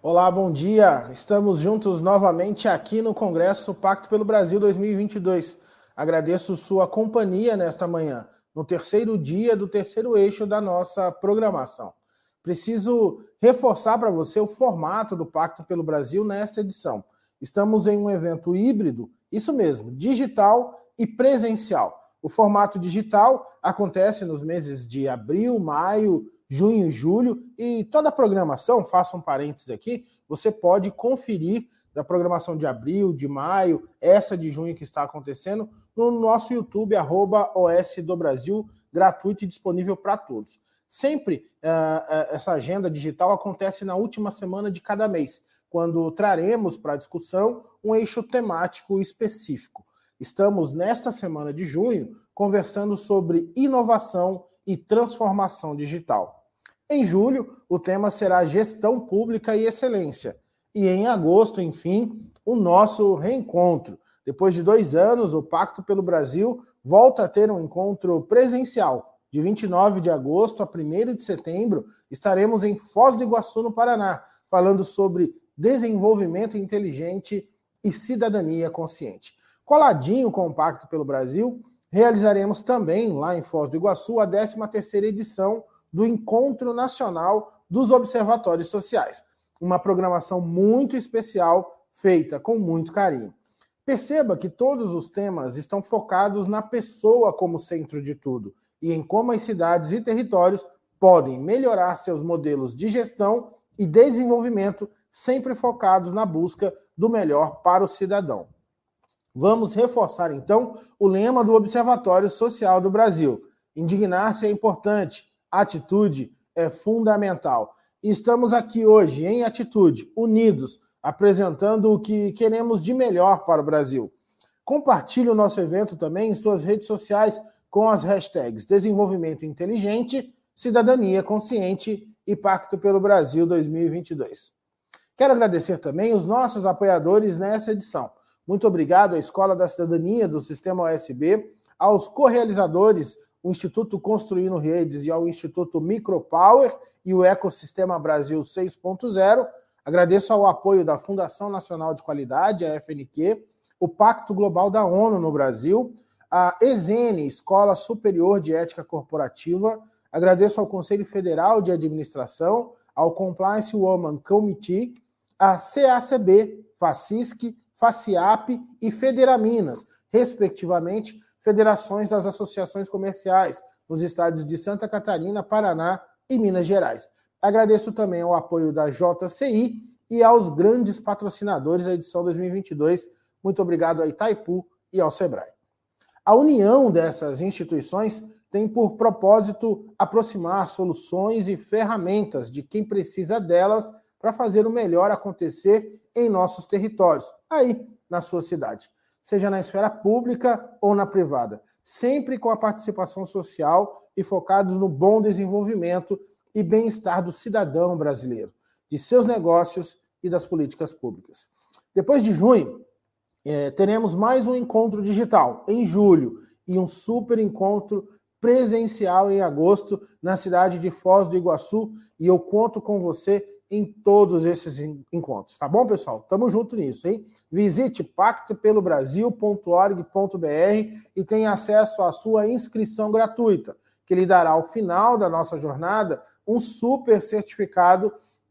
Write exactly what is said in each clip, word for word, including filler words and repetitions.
Olá, bom dia. Estamos juntos novamente aqui no Congresso Pacto pelo Brasil dois mil e vinte e dois. Agradeço sua companhia nesta manhã, no terceiro dia do terceiro eixo da nossa programação. Preciso reforçar para você o formato do Pacto pelo Brasil nesta edição. Estamos em um evento híbrido, isso mesmo, digital e presencial. O formato digital acontece nos meses de abril, maio, junho e julho, e toda a programação, faça um parênteses aqui, você pode conferir da programação de abril, de maio, essa de junho que está acontecendo, no nosso YouTube, arroba O S do Brasil, gratuito e disponível para todos. Sempre uh, essa agenda digital acontece na última semana de cada mês, quando traremos para a discussão um eixo temático específico. Estamos, nesta semana de junho, conversando sobre inovação e transformação digital. Em julho, o tema será gestão pública e excelência. E em agosto, enfim, o nosso reencontro. Depois de dois anos, o Pacto pelo Brasil volta a ter um encontro presencial. De vinte e nove de agosto a primeiro de setembro, estaremos em Foz do Iguaçu, no Paraná, falando sobre desenvolvimento inteligente e cidadania consciente. Coladinho com o Pacto pelo Brasil, realizaremos também, lá em Foz do Iguaçu, a décima terceira edição do Encontro Nacional dos Observatórios Sociais. Uma programação muito especial, feita com muito carinho. Perceba que todos os temas estão focados na pessoa como centro de tudo e em como as cidades e territórios podem melhorar seus modelos de gestão e desenvolvimento, sempre focados na busca do melhor para o cidadão. Vamos reforçar, então, o lema do Observatório Social do Brasil. Indignar-se é importante, atitude é fundamental. E estamos aqui hoje, em atitude, unidos, apresentando o que queremos de melhor para o Brasil. Compartilhe o nosso evento também em suas redes sociais com as hashtags Desenvolvimento Inteligente, Cidadania Consciente e Pacto pelo Brasil dois mil e vinte e dois. Quero agradecer também os nossos apoiadores nessa edição. Muito obrigado à Escola da Cidadania do Sistema O S B, aos co-realizadores, o Instituto Construindo Redes e ao Instituto Micropower e o Ecossistema Brasil seis ponto zero. Agradeço ao apoio da Fundação Nacional de Qualidade, a F N Q, o Pacto Global da ONU no Brasil, a ESENE, Escola Superior de Ética Corporativa. Agradeço ao Conselho Federal de Administração, ao Compliance Women Committee, a C A C B, FACISC, FACIAP e Federaminas, respectivamente, federações das associações comerciais nos estados de Santa Catarina, Paraná e Minas Gerais. Agradeço também ao apoio da J C I e aos grandes patrocinadores da edição dois mil e vinte e dois. Muito obrigado a Itaipu e ao Sebrae. A união dessas instituições tem por propósito aproximar soluções e ferramentas de quem precisa delas para fazer o melhor acontecer em nossos territórios, aí na sua cidade, seja na esfera pública ou na privada, sempre com a participação social e focados no bom desenvolvimento e bem-estar do cidadão brasileiro, de seus negócios e das políticas públicas. Depois de junho, eh, teremos mais um encontro digital, em julho, e um super encontro presencial em agosto, na cidade de Foz do Iguaçu, e eu conto com você em todos esses encontros, tá bom, pessoal? Tamo junto nisso, hein? Visite pacto pelo brasil ponto org ponto br e tenha acesso à sua inscrição gratuita, que lhe dará, ao final da nossa jornada, um super certificado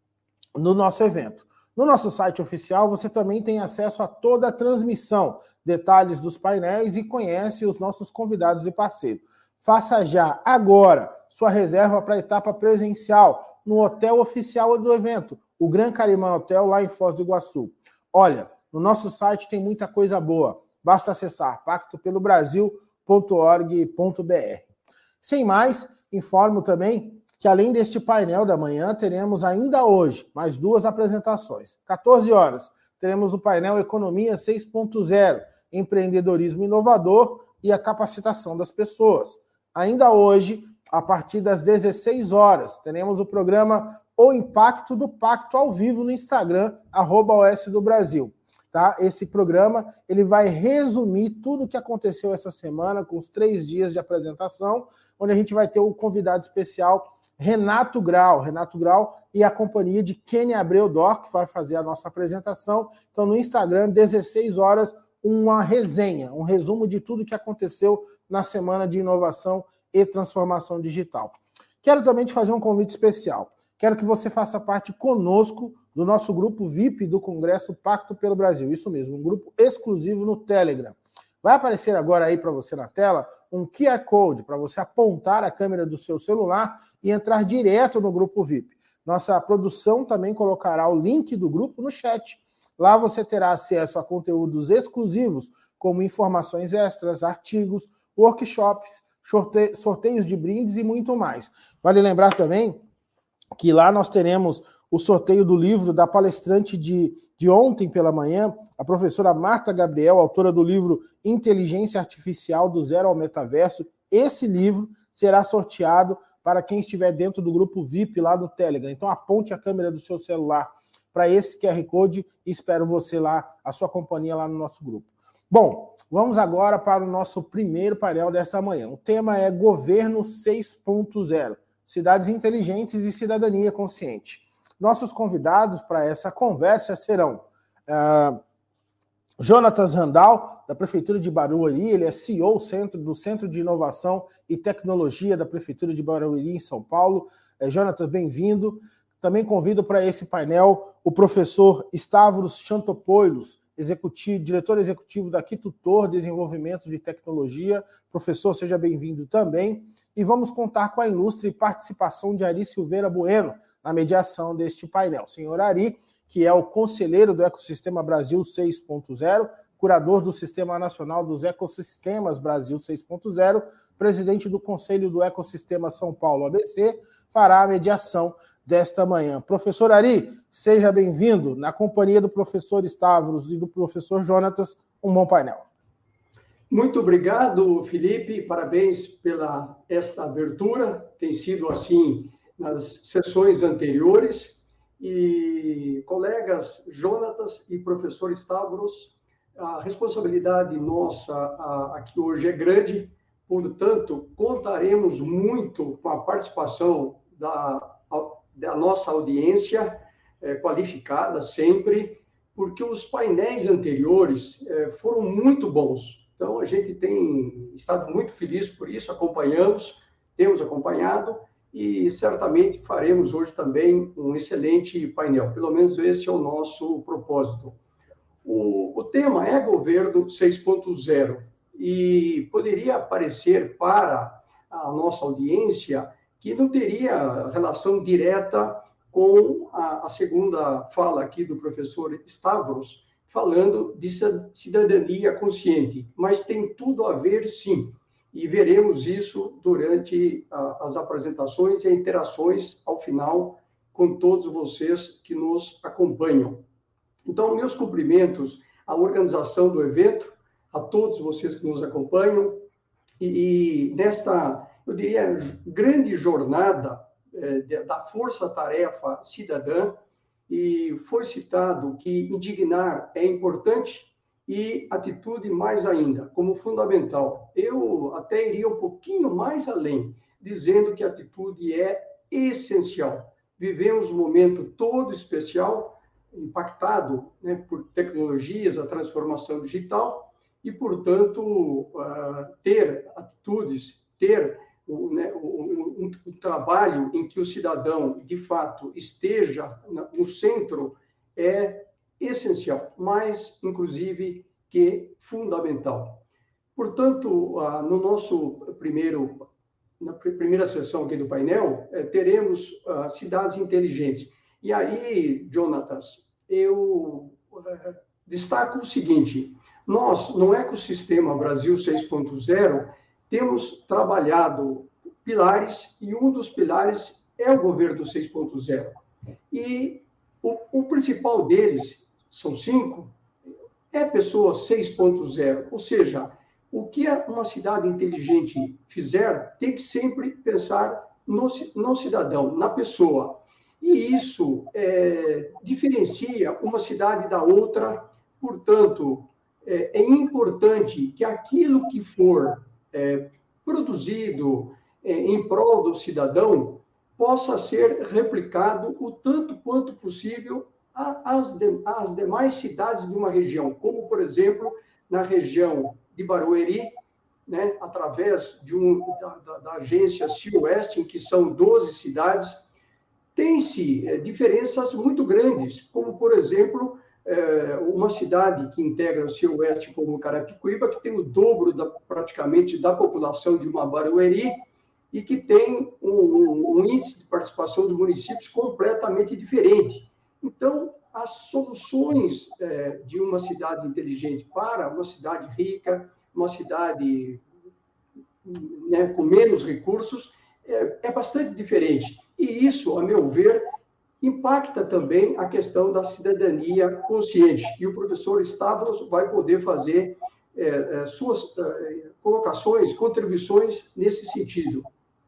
no nosso evento. No nosso site oficial, você também tem acesso a toda a transmissão, detalhes dos painéis e conhece os nossos convidados e parceiros. Faça já, agora, sua reserva para a etapa presencial no hotel oficial do evento, o Gran Carimã Hotel, lá em Foz do Iguaçu. Olha, no nosso site tem muita coisa boa. Basta acessar pacto pelo brasil ponto org ponto br. Sem mais, informo também que, além deste painel da manhã, teremos ainda hoje mais duas apresentações. quatorze horas, teremos o painel Economia seis ponto zero, Empreendedorismo Inovador e a Capacitação das Pessoas. Ainda hoje, a partir das dezesseis horas, teremos o programa O Impacto do Pacto ao vivo no Instagram, arroba O S do Brasil. Tá? Esse programa ele vai resumir tudo o que aconteceu essa semana, com os três dias de apresentação, onde a gente vai ter um convidado especial Renato Grau, Renato Grau e a companhia de Kenny Abreu Dor, que vai fazer a nossa apresentação. Então, no Instagram, dezesseis horas, uma resenha, um resumo de tudo que aconteceu na Semana de Inovação e Transformação Digital. Quero também te fazer um convite especial. Quero que você faça parte conosco do nosso grupo V I P do Congresso Pacto pelo Brasil. Isso mesmo, um grupo exclusivo no Telegram. Vai aparecer agora aí para você na tela um Q R Code para você apontar a câmera do seu celular e entrar direto no grupo V I P. Nossa produção também colocará o link do grupo no chat. Lá você terá acesso a conteúdos exclusivos, como informações extras, artigos, workshops, sorte- sorteios de brindes e muito mais. Vale lembrar também que lá nós teremos o sorteio do livro da palestrante de, de ontem pela manhã, a professora Marta Gabriel, autora do livro Inteligência Artificial do Zero ao Metaverso. Esse livro será sorteado para quem estiver dentro do grupo V I P lá do Telegram. Então aponte a câmera do seu celular para esse Q R Code e espero você lá, a sua companhia lá no nosso grupo. Bom, vamos agora para o nosso primeiro painel desta manhã. O tema é Governo seis ponto zero, Cidades Inteligentes e Cidadania Consciente. Nossos convidados para essa conversa serão uh, Jonatas Randall, da Prefeitura de Barueri, ele é C E O centro, do Centro de Inovação e Tecnologia da Prefeitura de Barueri, em São Paulo. Uh, Jonatas, bem-vindo. Também convido para esse painel o professor Stavros Chantopoulos, executivo, diretor executivo da Quitutor Desenvolvimento de Tecnologia. Professor, seja bem-vindo também. E vamos contar com a ilustre participação de Ari Silveira Bueno na mediação deste painel. Senhor Ari, que é o conselheiro do Ecossistema Brasil seis ponto zero, curador do Sistema Nacional dos Ecossistemas Brasil seis ponto zero, presidente do Conselho do Ecossistema São Paulo A B C, fará a mediação desta manhã. Professor Ari, seja bem-vindo. Na companhia do professor Stavros e do professor Jonatas, um bom painel. Muito obrigado, Felipe. Parabéns pela esta abertura. Tem sido assim nas sessões anteriores. E, colegas Jonatas e professor Stavros, a responsabilidade nossa aqui hoje é grande, portanto, contaremos muito com a participação da, da nossa audiência, é, qualificada sempre, porque os painéis anteriores é, foram muito bons. Então, a gente tem estado muito feliz por isso, acompanhamos, temos acompanhado, e certamente faremos hoje também um excelente painel. Pelo menos esse é o nosso propósito. O, o tema é Governo seis ponto zero, e poderia parecer para a nossa audiência que não teria relação direta com a, a segunda fala aqui do professor Stavros, falando de cidadania consciente, mas tem tudo a ver, sim, e veremos isso durante a, as apresentações e interações ao final com todos vocês que nos acompanham. Então, meus cumprimentos à organização do evento, a todos vocês que nos acompanham, e, e nesta, eu diria, grande jornada eh, da Força-Tarefa Cidadã, e foi citado que indignar é importante e atitude mais ainda, como fundamental. Eu até iria um pouquinho mais além, dizendo que a atitude é essencial. Vivemos um momento todo especial, impactado, né, por tecnologias, a transformação digital, e, portanto, uh, ter atitudes, ter o, né, um, um, um trabalho em que o cidadão, de fato, esteja no centro é essencial, mas, inclusive, que fundamental. Portanto, uh, no nosso primeiro, na primeira sessão aqui do painel, eh, teremos uh, cidades inteligentes. E aí, Jonatas, eu uh, destaco o seguinte: nós, no Ecossistema Brasil seis ponto zero, temos trabalhado pilares, e um dos pilares é o Governo seis ponto zero. E o, o principal deles, são cinco, é Pessoa seis ponto zero, ou seja, o que uma cidade inteligente fizer, tem que sempre pensar no, no cidadão, na pessoa. E isso é, diferencia uma cidade da outra, portanto, é, é importante que aquilo que for é, produzido é, em prol do cidadão possa ser replicado o tanto quanto possível às, de, às demais cidades de uma região, como, por exemplo, na região de Barueri, né, através de um, da, da, da agência Cio-Oeste, em que são doze cidades, tem-se é, diferenças muito grandes, como, por exemplo, é, uma cidade que integra o Cio-Oeste como Carapicuíba, que tem o dobro da, praticamente da população de uma Barueri, e que tem um, um, um índice de participação dos municípios completamente diferente. Então, as soluções é, de uma cidade inteligente para uma cidade rica, uma cidade, né, com menos recursos, é, é bastante diferente. E isso, a meu ver, impacta também a questão da cidadania consciente. E o professor Stavros vai poder fazer é, é, suas é, colocações, contribuições nesse sentido.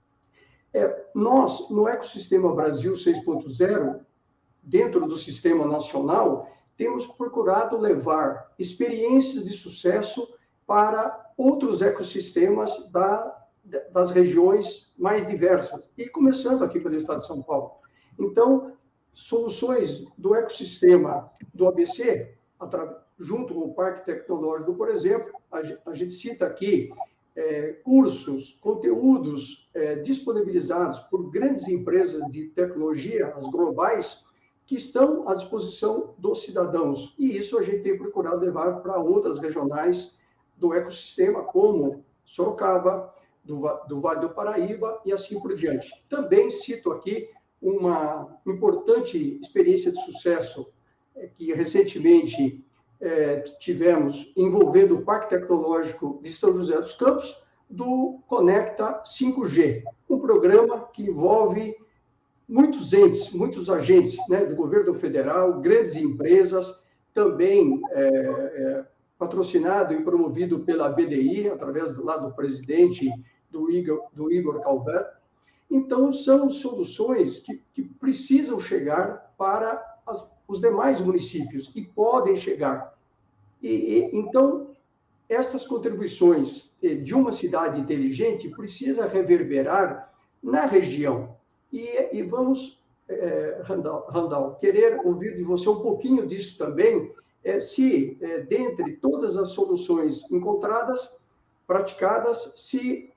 É, nós, no ecossistema Brasil seis ponto zero, dentro do sistema nacional, temos procurado levar experiências de sucesso para outros ecossistemas da, das regiões mais diversas, e começando aqui pelo estado de São Paulo. Então, soluções do ecossistema do A B C, junto com o Parque Tecnológico, por exemplo, a gente cita aqui é, cursos, conteúdos é, disponibilizados por grandes empresas de tecnologia, as globais, que estão à disposição dos cidadãos. E isso a gente tem procurado levar para outras regionais do ecossistema, como Sorocaba, do, do Vale do Paraíba e assim por diante. Também cito aqui uma importante experiência de sucesso é, que recentemente é, tivemos envolvendo o Parque Tecnológico de São José dos Campos, do Conecta cinco G, um programa que envolve muitos entes, muitos agentes, né, do governo federal, grandes empresas, também é, é, patrocinado e promovido pela B D I, através do lado do presidente, do Igor, do Igor Calvet. Então, são soluções que, que precisam chegar para as, os demais municípios, e podem chegar. E, e, então, estas contribuições de uma cidade inteligente precisa reverberar na região. E, e vamos, é, Randall, Randall, querer ouvir de você um pouquinho disso também, é, se, é, dentre todas as soluções encontradas, praticadas, se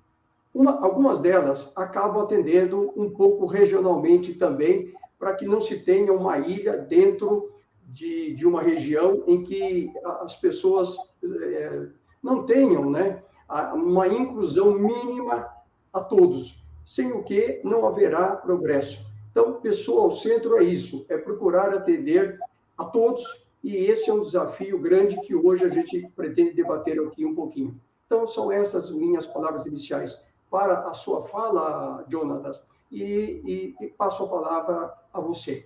uma, algumas delas acabam atendendo um pouco regionalmente também, para que não se tenha uma ilha dentro de, de uma região em que as pessoas é, não tenham, né, uma inclusão mínima a todos, sem o que não haverá progresso. Então, pessoa ao centro é isso, é procurar atender a todos, e esse é um desafio grande que hoje a gente pretende debater aqui um pouquinho. Então, são essas minhas palavras iniciais para a sua fala, Jonatas, e, e, e passo a palavra a você.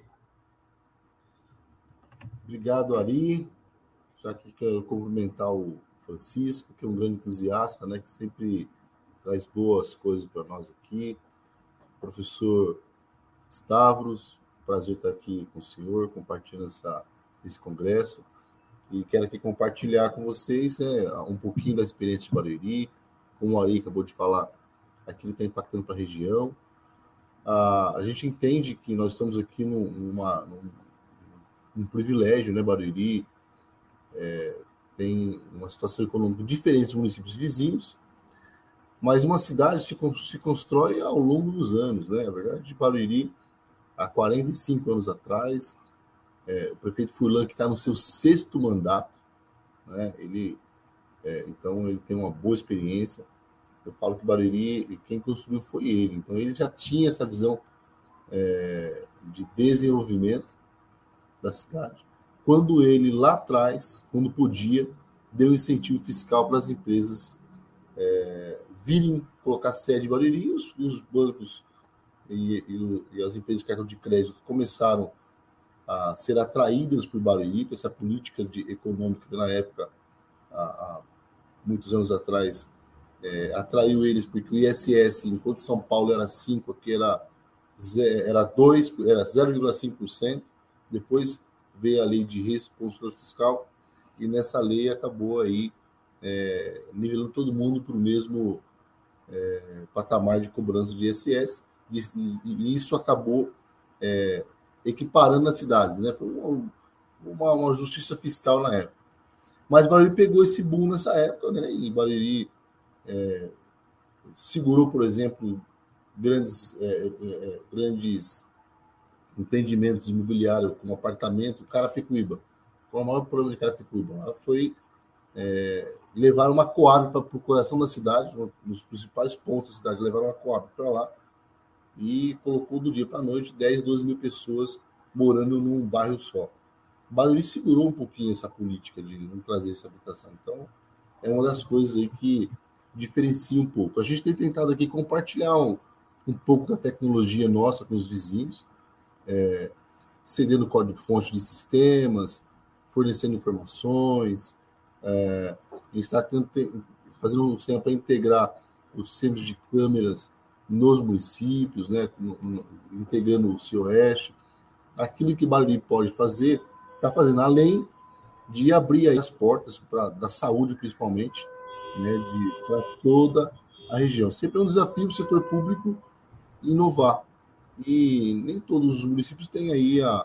Obrigado, Ari. Já que quero cumprimentar o Francisco, que é um grande entusiasta, né, que sempre traz boas coisas para nós aqui. Professor Stavros, prazer estar aqui com o senhor, compartilhando essa, esse congresso. E quero aqui compartilhar com vocês é, um pouquinho da experiência de Barueri, como o Ari acabou de falar, aqui ele está impactando para a região. Ah, a gente entende que nós estamos aqui num, numa, num, num privilégio, né, Barueri, é, tem uma situação econômica diferente dos municípios vizinhos, mas uma cidade se, se constrói ao longo dos anos, né? A verdade, de Barueri, há quarenta e cinco anos atrás, é, o prefeito Furlan, que está no seu sexto mandato, né? Ele, é, então ele tem uma boa experiência. Eu falo que Barueri, quem construiu foi ele, então ele já tinha essa visão é, de desenvolvimento da cidade. Quando ele, lá atrás, quando podia, deu incentivo fiscal para as empresas é, virem colocar sede em Barueri, e os, e os bancos e, e, e as empresas de cartão de crédito começaram a ser atraídas por Barueri, por essa política de, econômica que, na época, há, há muitos anos atrás, é, atraiu eles, porque o I S S, enquanto São Paulo era cinco por cento, aqui era, era dois, era zero vírgula cinco por cento, depois veio a lei de responsabilidade fiscal, e nessa lei acabou aí é, nivelando todo mundo para o mesmo é, patamar de cobrança de I S S, e, e isso acabou é, equiparando as cidades, né? Foi uma, uma, uma justiça fiscal na época. Mas Barueri pegou esse boom nessa época, né? E Barueri é, segurou, por exemplo, grandes, é, é, grandes empreendimentos imobiliários, como apartamento, Carapicuíba. Qual o maior problema de Carapicuíba? Lá foi é, levar uma Coab para o coração da cidade, nos principais pontos da cidade, levaram uma Coab para lá e colocou do dia para a noite dez, doze mil pessoas morando num bairro só. Barueri segurou um pouquinho essa política de não trazer essa habitação. Então, é uma das coisas aí que diferencia um pouco. A gente tem tentado aqui compartilhar um, um pouco da tecnologia nossa com os vizinhos, é, cedendo código-fonte de sistemas, fornecendo informações. É, a gente está fazendo um sistema para integrar os centros de câmeras nos municípios, né, integrando o CIOeste. Aquilo que Barueri pode fazer, está fazendo, além de abrir aí as portas pra, da saúde, principalmente, né, para toda a região. Sempre é um desafio para o setor público inovar. E nem todos os municípios têm aí a,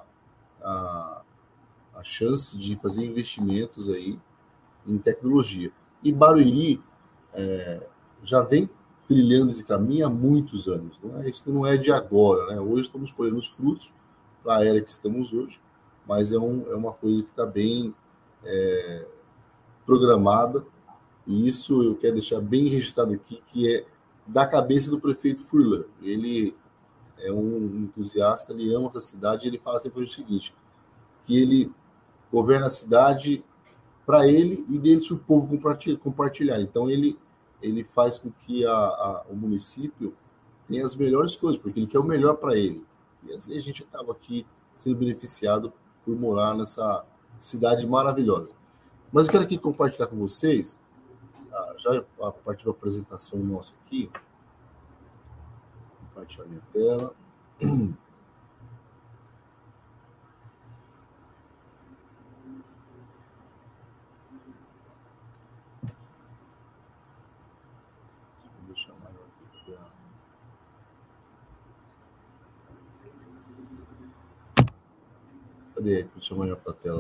a, a chance de fazer investimentos aí em tecnologia. E Barueri é, já vem trilhando esse caminho há muitos anos. Não é? Isso não é de agora. Né? Hoje estamos colhendo os frutos para a era que estamos hoje, mas é, um, é uma coisa que está bem é, programada, e isso eu quero deixar bem registrado aqui, que é da cabeça do prefeito Furlan. Ele é um entusiasta, ele ama essa cidade, e ele fala sempre o seguinte, que ele governa a cidade para ele e deixa o povo compartilhar. Então, ele, ele faz com que a, a, o município tenha as melhores coisas, porque ele quer o melhor para ele. E assim a gente acaba aqui sendo beneficiado por morar nessa cidade maravilhosa. Mas eu quero aqui compartilhar com vocês, já a partir da apresentação nossa aqui, compartilhar minha tela. Vou deixar maior aqui. Cadê? Deixa eu maior para a tela.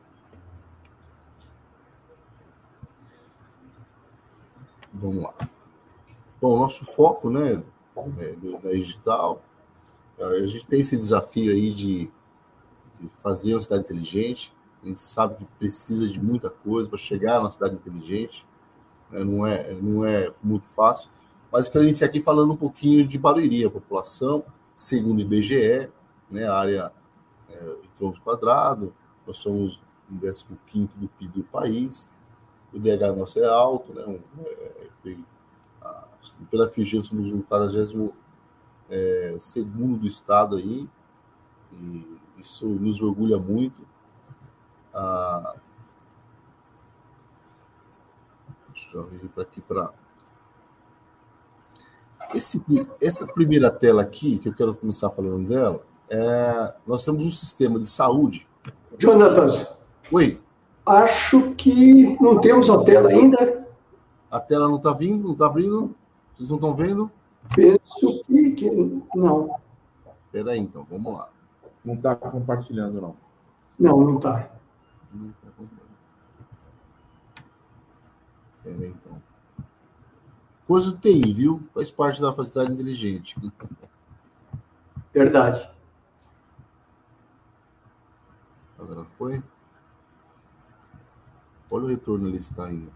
Vamos lá. Bom, o nosso foco, né, é, da digital, a gente tem esse desafio aí de, de fazer uma cidade inteligente. A gente sabe que precisa de muita coisa para chegar numa cidade inteligente, né? Não é, não é muito fácil. Mas eu quero iniciar aqui falando um pouquinho de Barueri. A população, segundo o I B G E, né, a área é, em quilômetro quadrado, nós somos o décimo quinto do P I B do país. O D H nosso é alto, né? Um, é, foi, a, pela F G, somos o quadragésimo é, segundo do estado aí, e isso nos orgulha muito. Ah, deixa eu vir para aqui para esse essa primeira tela aqui que eu quero começar falando dela. É, nós temos um sistema de saúde. Jonatas. Oi. Acho que não temos a tela ainda. A tela não está vindo, não está abrindo? Vocês não estão vendo? Penso que, que não. Espera aí, então, vamos lá. Não está compartilhando, não. Não, não está. Não está compartilhando. Espera aí, então. Coisa do T I, viu? Faz parte da facilidade inteligente. Verdade. Agora foi? Olha o retorno ali se está indo.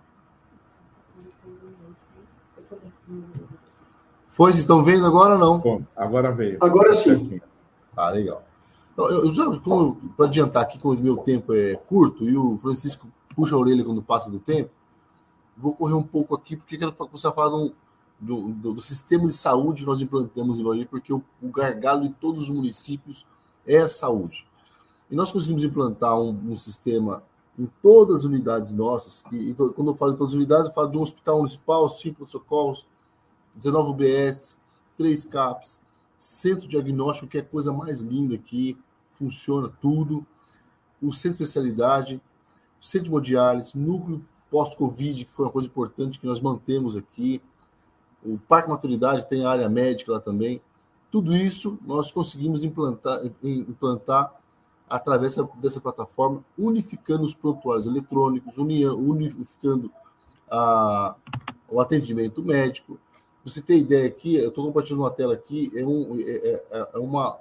Foi? Vocês estão vendo agora ou não? Bom, agora veio. Agora sim. Ah, legal. Eu já, para adiantar aqui, como o meu tempo é curto e o Francisco puxa a orelha quando passa do tempo, vou correr um pouco aqui, porque quero começar a falar do, do, do sistema de saúde que nós implantamos em Barueri, porque o, o gargalo de todos os municípios é a saúde. E nós conseguimos implantar um, um sistema em todas as unidades nossas, que quando eu falo em todas as unidades, eu falo de um hospital municipal, cinco socorros, dezenove U B S, três CAPs, centro diagnóstico, que é a coisa mais linda aqui, funciona tudo, o centro de especialidade, o centro de hemodiálise, núcleo pós-Covid, que foi uma coisa importante que nós mantemos aqui, o Parque Maturidade tem a área médica lá também. Tudo isso nós conseguimos implantar, implantar através dessa plataforma, unificando os prontuários eletrônicos, unificando a, o atendimento médico. Pra você ter ideia aqui, eu estou compartilhando uma tela aqui, é, um, é, é uma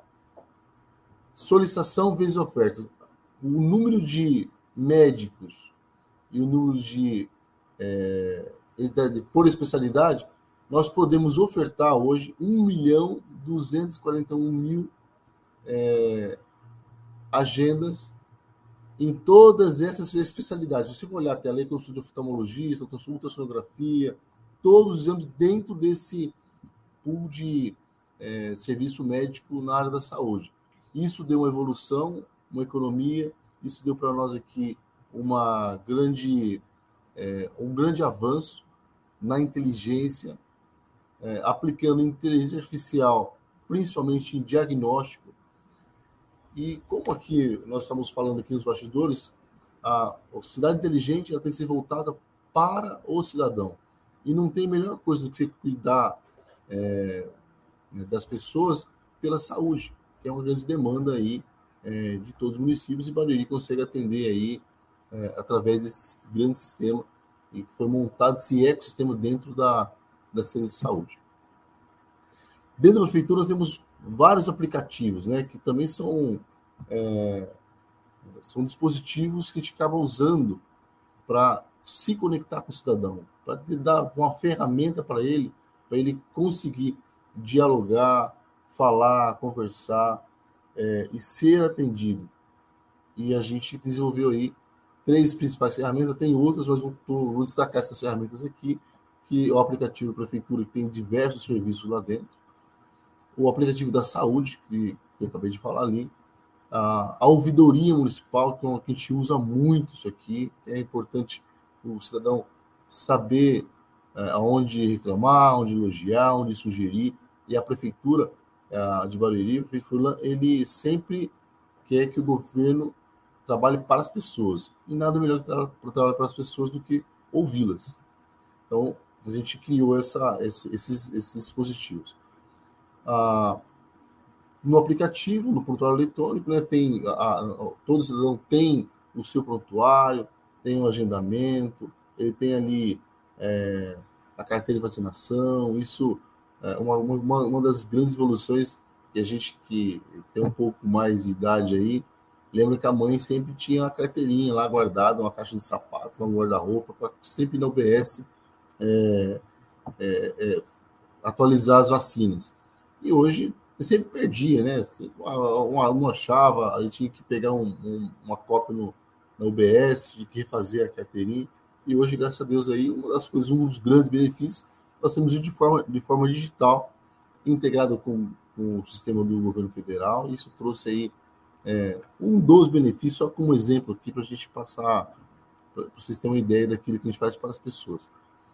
solicitação vezes oferta. O número de médicos e o número de, é, de por especialidade, nós podemos ofertar hoje um milhão duzentos e quarenta e um mil é, agendas em todas essas especialidades. Se você for olhar a tela aí, consulta de oftalmologista, consulta de sonografia, todos os exames dentro desse pool de é, serviço médico na área da saúde. Isso deu uma evolução, uma economia, isso deu para nós aqui uma grande, é, um grande avanço na inteligência, é, aplicando inteligência artificial, principalmente em diagnóstico. E como aqui nós estamos falando aqui nos bastidores, a, a cidade inteligente ela tem que ser voltada para o cidadão. E não tem melhor coisa do que você cuidar é, das pessoas pela saúde, que é uma grande demanda aí é, de todos os municípios, e Barueri consegue atender aí é, através desse grande sistema e que foi montado esse ecossistema dentro da, da série de saúde. Dentro da prefeitura nós temos vários aplicativos, né, que também são, é, são dispositivos que a gente acaba usando para se conectar com o cidadão, para dar uma ferramenta para ele, para ele conseguir dialogar, falar, conversar é, e ser atendido. E a gente desenvolveu aí três principais ferramentas, tem outras, mas vou, vou destacar essas ferramentas aqui, que é o aplicativo da prefeitura, que tem diversos serviços lá dentro, o aplicativo da saúde, que eu acabei de falar ali, a, a ouvidoria municipal, que, é uma, que a gente usa muito isso aqui, é importante o cidadão saber é, aonde reclamar, onde elogiar, onde sugerir, e a prefeitura é, de Barueri, a prefeitura, ele sempre quer que o governo trabalhe para as pessoas, e nada melhor que tra- trabalhar para as pessoas do que ouvi-las. Então, a gente criou essa, esse, esses, esses dispositivos. Ah, no aplicativo, no prontuário eletrônico, né, tem, a, a, todo cidadão tem o seu prontuário, tem o agendamento, ele tem ali é, a carteira de vacinação. Isso é uma, uma, uma das grandes evoluções que a gente que tem um pouco mais de idade aí, lembra que a mãe sempre tinha a carteirinha lá guardada, uma caixa de sapato, um guarda-roupa, para sempre na U B S é, é, é, atualizar as vacinas. E hoje, eu sempre perdia, né? Um aluno achava, a gente tinha que pegar um, um, uma cópia no, na U B S, de que refazer a carteirinha. E hoje, graças a Deus, aí, uma das coisas, um dos grandes benefícios, nós temos de forma, de forma digital, integrado com, com o sistema do governo federal. E isso trouxe aí é, um dos benefícios, só como exemplo aqui, para a gente passar, para vocês terem uma ideia daquilo que a gente faz para as pessoas.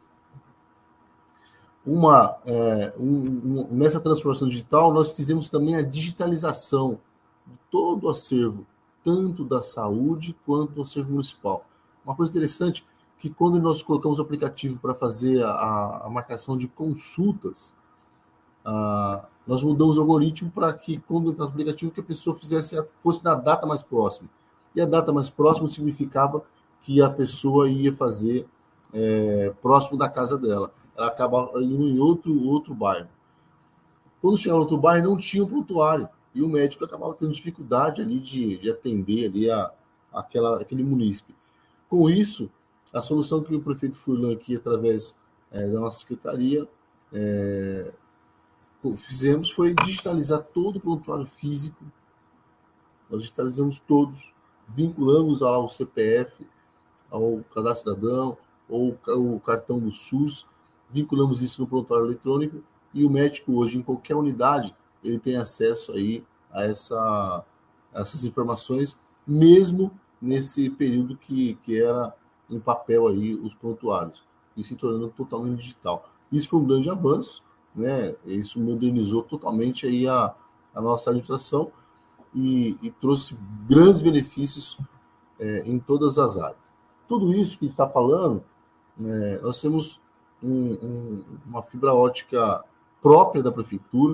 Uma, é, um, um, nessa transformação digital, nós fizemos também a digitalização de todo o acervo, tanto da saúde quanto do acervo municipal. Uma coisa interessante, que quando nós colocamos o aplicativo para fazer a, a marcação de consultas, a, nós mudamos o algoritmo para que, quando entrasse no aplicativo, que a pessoa fizesse, fosse na data mais próxima. E a data mais próxima significava que a pessoa ia fazer é, próximo da casa dela. Ela acaba indo em outro, outro bairro. Quando chegava no outro bairro, não tinha um prontuário. E o médico acabava tendo dificuldade ali de, de atender ali a, aquela, aquele munícipe. Com isso, a solução que o prefeito Furlan aqui, através é, da nossa secretaria, é, fizemos foi digitalizar todo o prontuário físico. Nós digitalizamos todos, vinculamos ao C P F, ao cadastro cidadão, ou o cartão do SUS, vinculamos isso no prontuário eletrônico, e o médico hoje, em qualquer unidade, ele tem acesso aí a, essa, a essas informações, mesmo nesse período que, que era em papel aí os prontuários, e se tornando totalmente digital. Isso foi um grande avanço, né? Isso modernizou totalmente aí a, a nossa administração e, e trouxe grandes benefícios é, em todas as áreas. Tudo isso que a gente está falando, é, nós temos um, um, uma fibra ótica própria da prefeitura,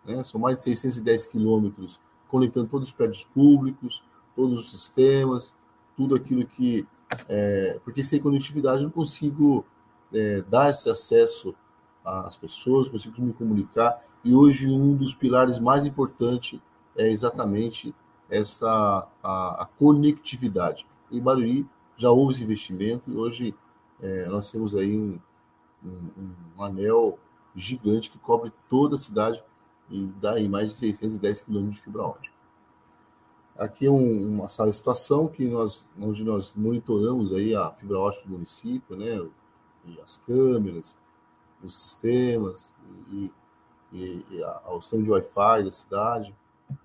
né? São mais de seiscentos e dez quilômetros, conectando todos os prédios públicos, todos os sistemas, tudo aquilo que... É, porque sem conectividade eu não consigo é, dar esse acesso às pessoas, consigo me comunicar, e hoje um dos pilares mais importantes é exatamente essa a, a conectividade. Em Barueri já houve esse investimento e hoje é, nós temos aí um, um, um anel gigante que cobre toda a cidade e dá aí mais de seiscentos e dez quilômetros de fibra ótica. Aqui é um, uma sala de situação que nós, onde nós monitoramos aí a fibra ótica do município, né, e as câmeras, os sistemas e, e, e a, o sistema de Wi-Fi da cidade.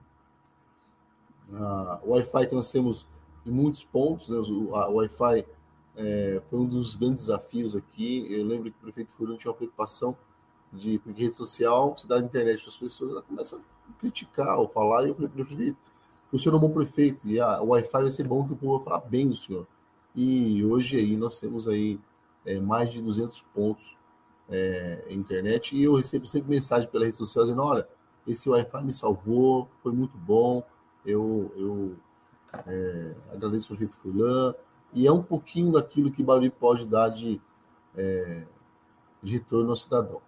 Ah, o Wi-Fi que nós temos em muitos pontos, né, o a, o Wi-Fi é, foi um dos grandes desafios aqui. Eu lembro que o prefeito Furlan tinha uma preocupação de, porque rede social, se dá internet para as pessoas, ela começa a criticar ou falar, e eu falei, prefeito, o senhor é um bom prefeito, e a, o Wi-Fi vai ser bom que o povo vai falar bem do senhor. E hoje aí nós temos aí é, mais de duzentos pontos é, internet, e eu recebo sempre mensagem pela rede social dizendo, olha, esse Wi-Fi me salvou, foi muito bom, eu, eu é, agradeço o prefeito Furlan, e é um pouquinho daquilo que Barueri pode dar de, é, de retorno ao cidadão.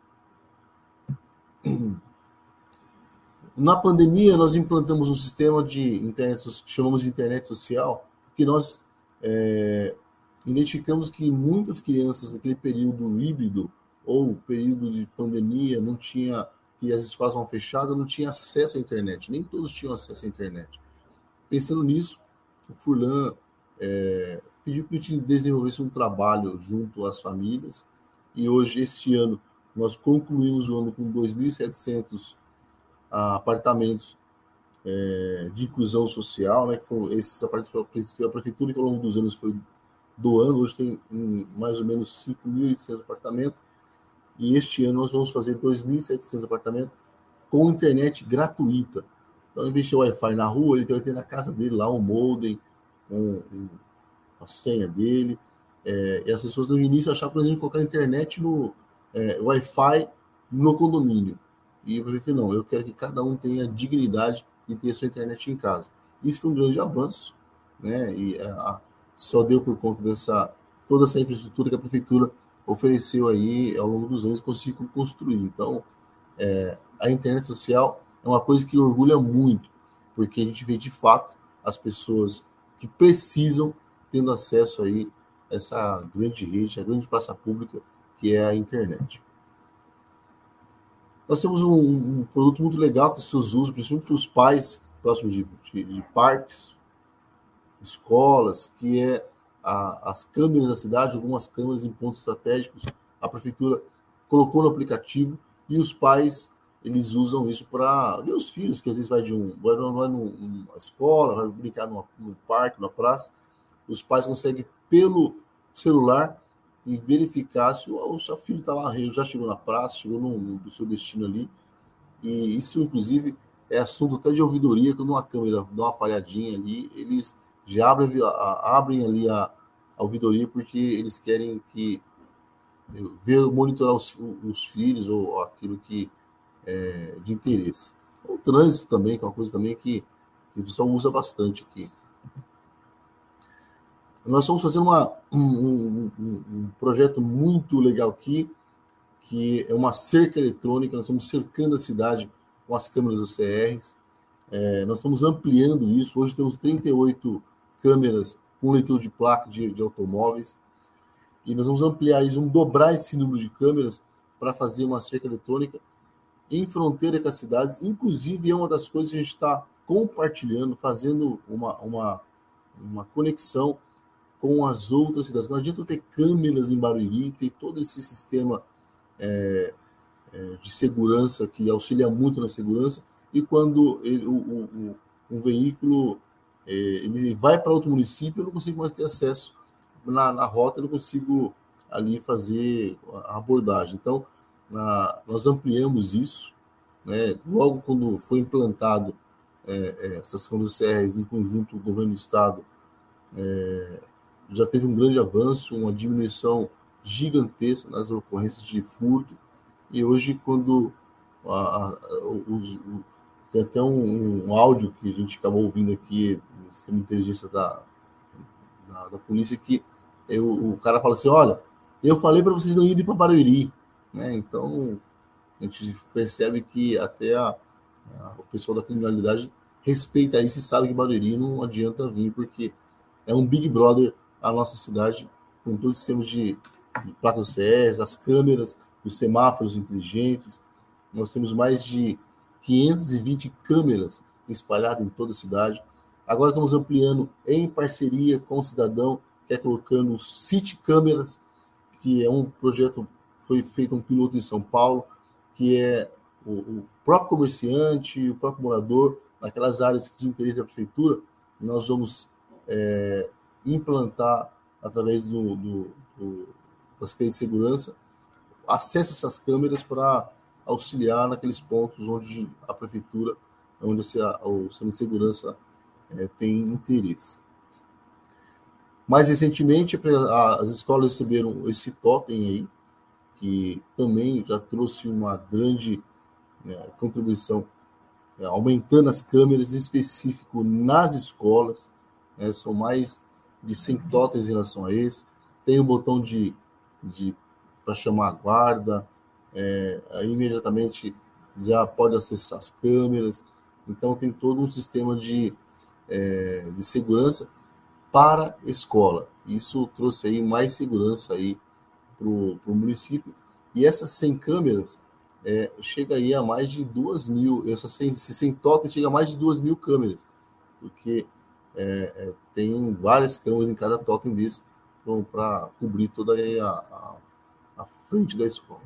Na pandemia, nós implantamos um sistema de internet, que chamamos de internet social, que nós é, identificamos que muitas crianças naquele período híbrido ou período de pandemia não tinha, que as escolas estavam fechadas, não tinha acesso à internet, nem todos tinham acesso à internet. Pensando nisso, o Furlan é, pediu que a gente desenvolvesse um trabalho junto às famílias, e hoje, este ano, nós concluímos o ano com dois mil e setecentos apartamentos é, de inclusão social, né, que foram, esses apartamentos foi a prefeitura que ao longo dos anos foi doando, hoje tem um, mais ou menos cinco mil e oitocentos apartamentos, e este ano nós vamos fazer dois mil e setecentos apartamentos com internet gratuita. Então, em vez de ter Wi-Fi na rua, ele vai ter na casa dele lá um modem, um, um, a senha dele, é, e as pessoas no início achavam que nós íamos colocar internet no é, Wi-Fi no condomínio. E eu falei, não, eu quero que cada um tenha dignidade de ter a sua internet em casa. Isso foi um grande avanço, né? E a, só deu por conta dessa toda essa infraestrutura que a prefeitura ofereceu aí ao longo dos anos, conseguiu construir. Então, é, a internet social é uma coisa que orgulha muito, porque a gente vê de fato as pessoas que precisam tendo acesso aí a essa grande rede, a grande praça pública que é a internet. Nós temos um, um produto muito legal que as pessoas usam, principalmente para os pais próximos de, de, de parques, escolas, que é a, as câmeras da cidade, algumas câmeras em pontos estratégicos. A prefeitura colocou no aplicativo e os pais eles usam isso para ver os filhos, que às vezes vai de um vai, vai numa escola, vai brincar numa, num parque, numa praça. Os pais conseguem, pelo celular, e verificar se o, o seu filho está lá, já chegou na praça, chegou no, no seu destino ali. E isso, inclusive, é assunto até de ouvidoria, quando uma câmera dá uma falhadinha ali, eles já abrem, a, abrem ali a, a ouvidoria, porque eles querem que ver, monitorar os, os filhos ou aquilo que é de interesse. O trânsito também, que é uma coisa também que, que o pessoal usa bastante aqui. Nós estamos fazendo uma, um, um, um projeto muito legal aqui, que é uma cerca eletrônica. Nós estamos cercando a cidade com as câmeras O C Rs. É, nós estamos ampliando isso. Hoje temos trinta e oito câmeras com leitura de placa de, de automóveis. E nós vamos ampliar isso, vamos dobrar esse número de câmeras para fazer uma cerca eletrônica em fronteira com as cidades. Inclusive, é uma das coisas que a gente está compartilhando, fazendo uma, uma, uma conexão com as outras cidades. Não adianta ter câmeras em Barueri, ter todo esse sistema é, é, de segurança que auxilia muito na segurança, e quando ele, o, o, um veículo é, ele vai para outro município, eu não consigo mais ter acesso na, na rota, eu não consigo ali fazer a abordagem. Então, na, nós ampliamos isso, né? Logo quando foi implantado é, é, essas câmeras C Rs em conjunto com o governo do estado, é, já teve um grande avanço, uma diminuição gigantesca nas ocorrências de furto, e hoje, quando a, a, os, o, tem até um, um áudio que a gente acabou ouvindo aqui no sistema de inteligência da, da, da polícia, que eu, o cara fala assim, olha, eu falei para vocês não irem para Barueri, né? Então, a gente percebe que até a, a, o pessoal da criminalidade respeita isso e sabe que Barueri não adianta vir, porque é um Big Brother a nossa cidade, com todos os sistemas de, de placas C S, as câmeras, os semáforos inteligentes. Nós temos mais de quinhentas e vinte câmeras espalhadas em toda a cidade. Agora estamos ampliando em parceria com o cidadão, que é colocando City Câmeras, que é um projeto, foi feito um piloto em São Paulo, que é o, o próprio comerciante, o próprio morador, naquelas áreas de interesse da prefeitura, nós vamos é, implantar, através do, do, do, das câmeras de segurança, acesso a essas câmeras para auxiliar naqueles pontos onde a prefeitura, onde a, o sistema de segurança é, tem interesse. Mais recentemente, as escolas receberam esse totem aí, que também já trouxe uma grande é, contribuição, é, aumentando as câmeras, em específico nas escolas, é, são mais de cem totens em relação a esse. Tem o um botão de, de para chamar a guarda, é, aí imediatamente já pode acessar as câmeras. Então tem todo um sistema de, é, de segurança para a escola. Isso trouxe aí mais segurança aí para o município. E essas cem câmeras é, chega aí a mais de duas mil, essas cem, cem totens chega a mais de duas mil câmeras, porque é, é, tem várias câmeras em cada totem desse para cobrir toda a, a, a frente da escola.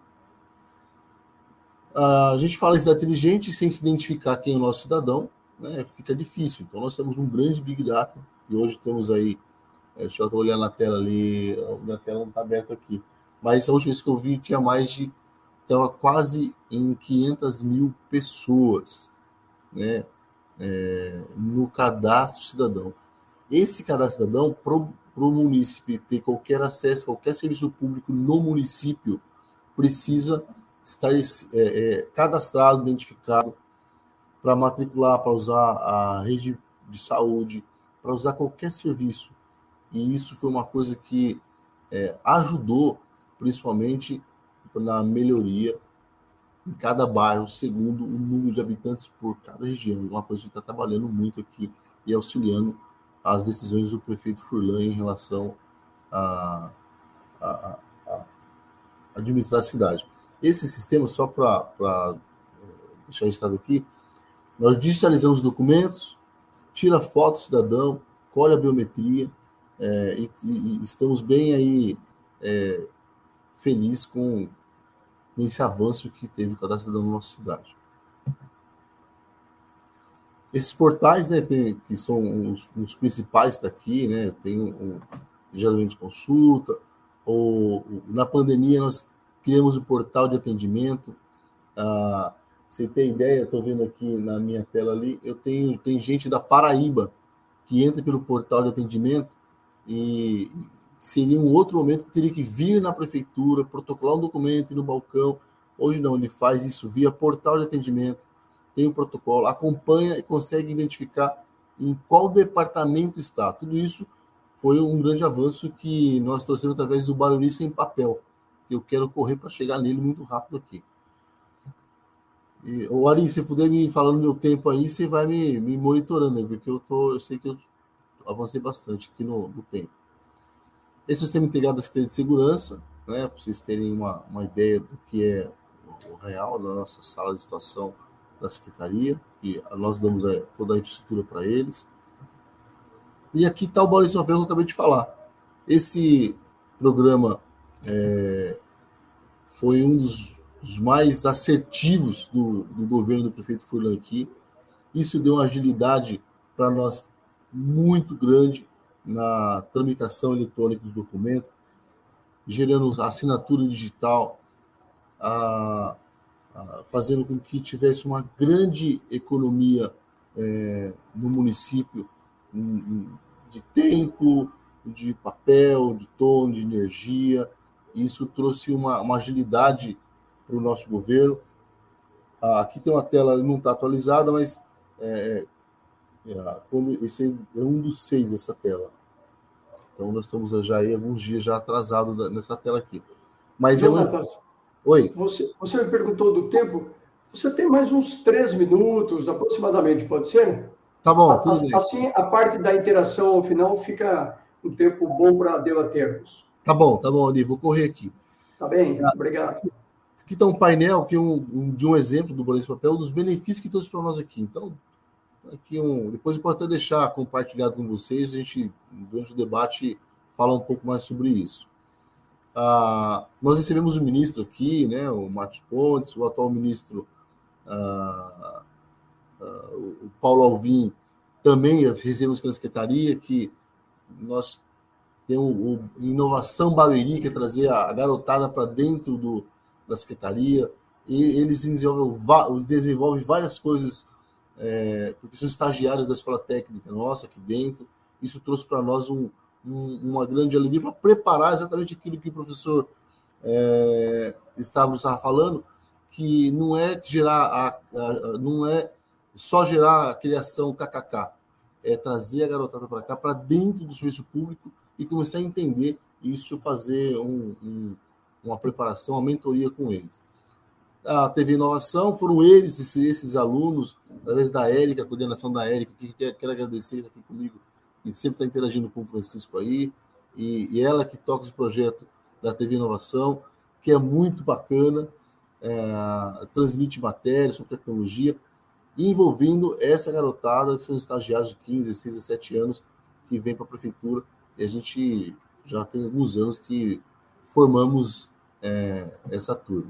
A gente fala em cidade inteligente sem se identificar quem é o nosso cidadão, né, fica difícil. Então nós temos um grande Big Data, e hoje temos aí, é, deixa eu olhar na tela ali, a minha tela não está aberta aqui, mas a última vez que eu vi tinha mais de, estava quase em quinhentas mil pessoas, né, é, no cadastro cidadão. Esse cadastro cidadão, para o município ter qualquer acesso, qualquer serviço público no município, precisa estar é, é, cadastrado, identificado, para matricular, para usar a rede de saúde, para usar qualquer serviço. E isso foi uma coisa que é, ajudou, principalmente, na melhoria em cada bairro, segundo o número de habitantes por cada região. Uma coisa que a gente está trabalhando muito aqui e auxiliando as decisões do prefeito Furlan em relação a, a, a, a administrar a cidade. Esse sistema, só para deixar registrado aqui, nós digitalizamos documentos, tira foto do cidadão, colhe a biometria, é, e, e estamos bem aí é, felizes com esse avanço que teve o cadastro cidadão na nossa cidade. Esses portais, né, tem, que são os, os principais daqui, né, tem o um, um, geralmente de consulta, ou na pandemia nós criamos o um portal de atendimento. Ah, você tem ideia, estou vendo aqui na minha tela ali, eu tenho tem gente da Paraíba que entra pelo portal de atendimento, e seria um outro momento que teria que vir na prefeitura, protocolar um documento no balcão. Hoje não, ele faz isso via portal de atendimento, tem um protocolo, acompanha e consegue identificar em qual departamento está. Tudo isso foi um grande avanço que nós trouxemos através do Barueri Sem Papel, que eu quero correr para chegar nele muito rápido aqui. E, o Ari, se puder me falar no meu tempo aí, você vai me, me monitorando, né? Porque eu, tô, eu sei que eu avancei bastante aqui no, no tempo. Esse sistema integrado da Secretaria de Segurança, né, para vocês terem uma, uma ideia do que é o real na nossa sala de situação da Secretaria, e nós damos a, toda a infraestrutura para eles. E aqui está o Barueri Sem Papel que eu acabei de falar. Esse programa é, foi um dos, dos mais assertivos do, do governo do prefeito Furlan aqui. Isso deu uma agilidade para nós muito grande na tramitação eletrônica dos documentos, gerando assinatura digital, a, a, fazendo com que tivesse uma grande economia é, no município, um, de tempo, de papel, de tom, de energia. Isso trouxe uma, uma agilidade para o nosso governo. Aqui tem uma tela, não está atualizada, mas é, é, como esse é um dos seis, essa tela. Então, nós estamos já aí alguns dias já atrasados nessa tela aqui. Mas Jonatas, é um... Oi. Você, você me perguntou do tempo. Você tem mais uns três minutos, aproximadamente, pode ser? Tá bom, a, tudo bem. Assim, a parte da interação ao final fica um tempo bom para debatermos. Tá bom, tá bom, Ali, vou correr aqui. Tá bem, obrigado. Aqui está um painel que um, um, de um exemplo do Boletim de Papel, dos benefícios que trouxe para nós aqui. Então, aqui um, depois eu posso até deixar compartilhado com vocês, a gente, durante o debate, fala um pouco mais sobre isso. Ah, nós recebemos o ministro aqui, né, o Marcos Pontes, o atual ministro, ah, ah, o Paulo Alvim, também recebemos pela secretaria, que nós temos o Inovação Barueri, que é trazer a garotada para dentro do, da secretaria, e eles desenvolvem, desenvolvem várias coisas, é, porque são estagiários da escola técnica nossa aqui dentro. Isso trouxe para nós um, um, uma grande alegria para preparar exatamente aquilo que o professor é, estava, estava falando, que não é gerar a, a, não é só gerar a criação K K K, é trazer a garotada para cá, para dentro do serviço público, e começar a entender isso, fazer um, um, uma preparação, uma mentoria com eles. A T V Inovação, foram eles, esses, esses alunos, através da Érica, a coordenação da Érica, que quero agradecer aqui comigo, e sempre está interagindo com o Francisco aí, e, e ela que toca esse projeto da T V Inovação, que é muito bacana, é, transmite matérias sobre tecnologia, envolvendo essa garotada, que são estagiários de quinze, dezesseis, dezessete anos, que vem para a prefeitura, e a gente já tem alguns anos que formamos é, essa turma.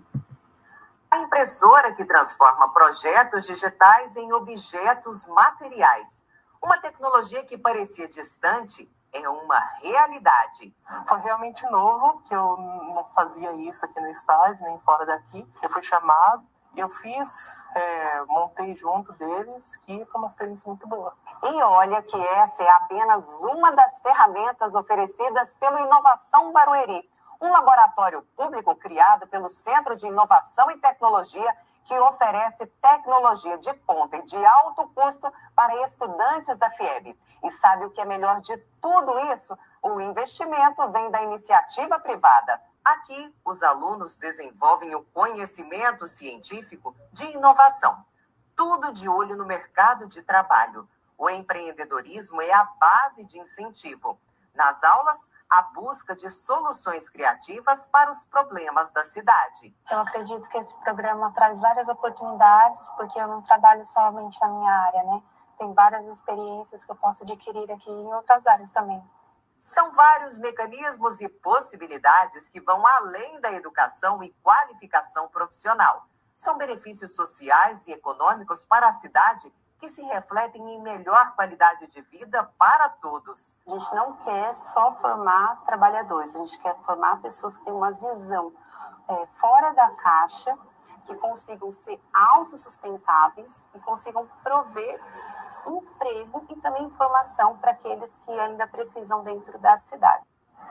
A impressora que transforma projetos digitais em objetos materiais. Uma tecnologia que parecia distante é uma realidade. Foi realmente novo, que eu não fazia isso aqui no estágio, nem fora daqui. Eu fui chamado, eu fiz, é, montei junto deles, e foi uma experiência muito boa. E olha que essa é apenas uma das ferramentas oferecidas pelo Inovação Barueri, um laboratório público criado pelo Centro de Inovação e Tecnologia que oferece tecnologia de ponta e de alto custo para estudantes da FIEB. E sabe o que é melhor de tudo isso? O investimento vem da iniciativa privada. Aqui, os alunos desenvolvem o conhecimento científico de inovação. Tudo de olho no mercado de trabalho. O empreendedorismo é a base de incentivo. Nas aulas, a busca de soluções criativas para os problemas da cidade. Eu acredito que esse programa traz várias oportunidades, porque eu não trabalho somente na minha área, né? Tem várias experiências que eu posso adquirir aqui em outras áreas também. São vários mecanismos e possibilidades que vão além da educação e qualificação profissional. São benefícios sociais e econômicos para a cidade que se refletem em melhor qualidade de vida para todos. A gente não quer só formar trabalhadores, a gente quer formar pessoas que têm uma visão é, fora da caixa, que consigam ser autossustentáveis e consigam prover emprego e também informação para aqueles que ainda precisam dentro da cidade.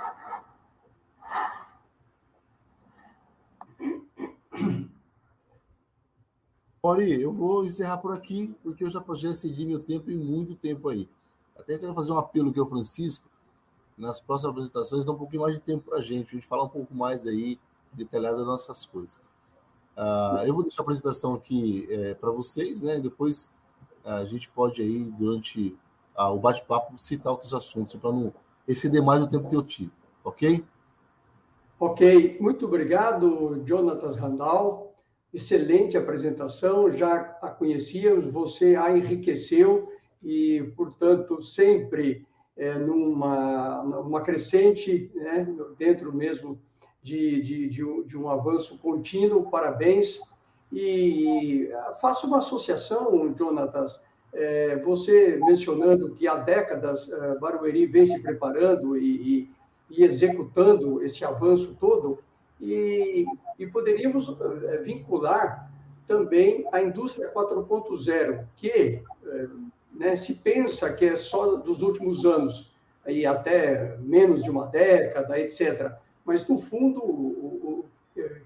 Ori, eu vou encerrar por aqui, porque eu já, já excedi meu tempo e muito tempo aí. Até quero fazer um apelo aqui ao Francisco, nas próximas apresentações, dar um pouquinho mais de tempo para a gente, a gente falar um pouco mais aí, detalhado das nossas coisas. Uh, eu vou deixar a apresentação aqui é, para vocês, né? Depois uh, a gente pode aí, durante uh, o bate-papo, citar outros assuntos, para não exceder mais o tempo que eu tive, ok? Ok, muito obrigado, Jonatas Randall. Excelente apresentação, já a conhecíamos, você a enriqueceu e, portanto, sempre é, numa, numa crescente, né, dentro mesmo de, de, de, um, de um avanço contínuo, parabéns. E faço uma associação, Jonatas, é, você mencionando que há décadas é, Barueri vem se preparando e, e, e executando esse avanço todo, E, e poderíamos vincular também a indústria quatro ponto zero, que né, se pensa que é só dos últimos anos, aí até menos de uma década, etcétera. Mas, no fundo, o, o,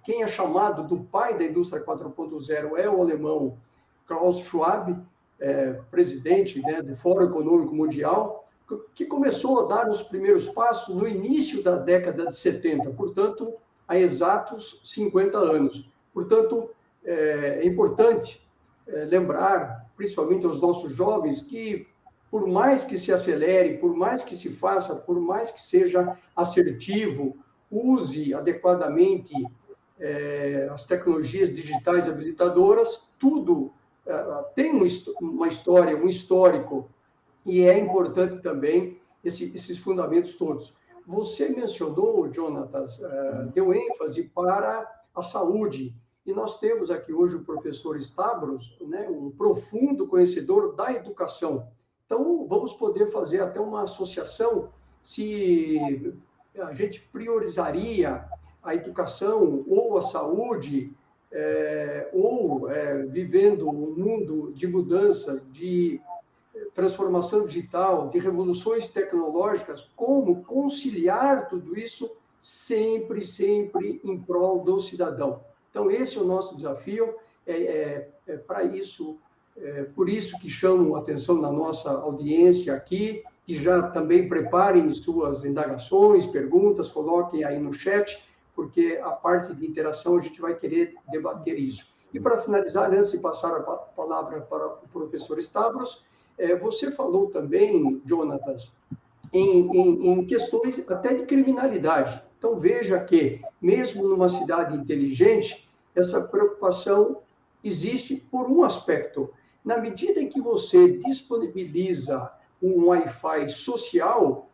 quem é chamado do pai da indústria quatro ponto zero é o alemão Klaus Schwab, é, presidente, né, do Fórum Econômico Mundial, que começou a dar os primeiros passos no início da década de setenta, portanto, há exatos cinquenta anos. Portanto, é, é importante é, lembrar, principalmente aos nossos jovens, que por mais que se acelere, por mais que se faça, por mais que seja assertivo, use adequadamente é, as tecnologias digitais habilitadoras, tudo é, tem uma história, um histórico, e é importante também esse, esses fundamentos todos. Você mencionou, Jonatas, uh, deu ênfase para a saúde, e nós temos aqui hoje o professor Stavros, né, um profundo conhecedor da educação. Então, vamos poder fazer até uma associação se a gente priorizaria a educação ou a saúde, é, ou é, vivendo um mundo de mudanças, de transformação digital, de revoluções tecnológicas, como conciliar tudo isso sempre, sempre em prol do cidadão. Então, esse é o nosso desafio, é, é, é para isso, é por isso que chamo a atenção da nossa audiência aqui, que já também preparem suas indagações, perguntas, coloquem aí no chat, porque a parte de interação a gente vai querer debater isso. E para finalizar, antes de passar a palavra para o professor Stavros, você falou também, Jonatas, em, em, em questões até de criminalidade. Então, veja que, mesmo numa cidade inteligente, essa preocupação existe por um aspecto. Na medida em que você disponibiliza um Wi-Fi social,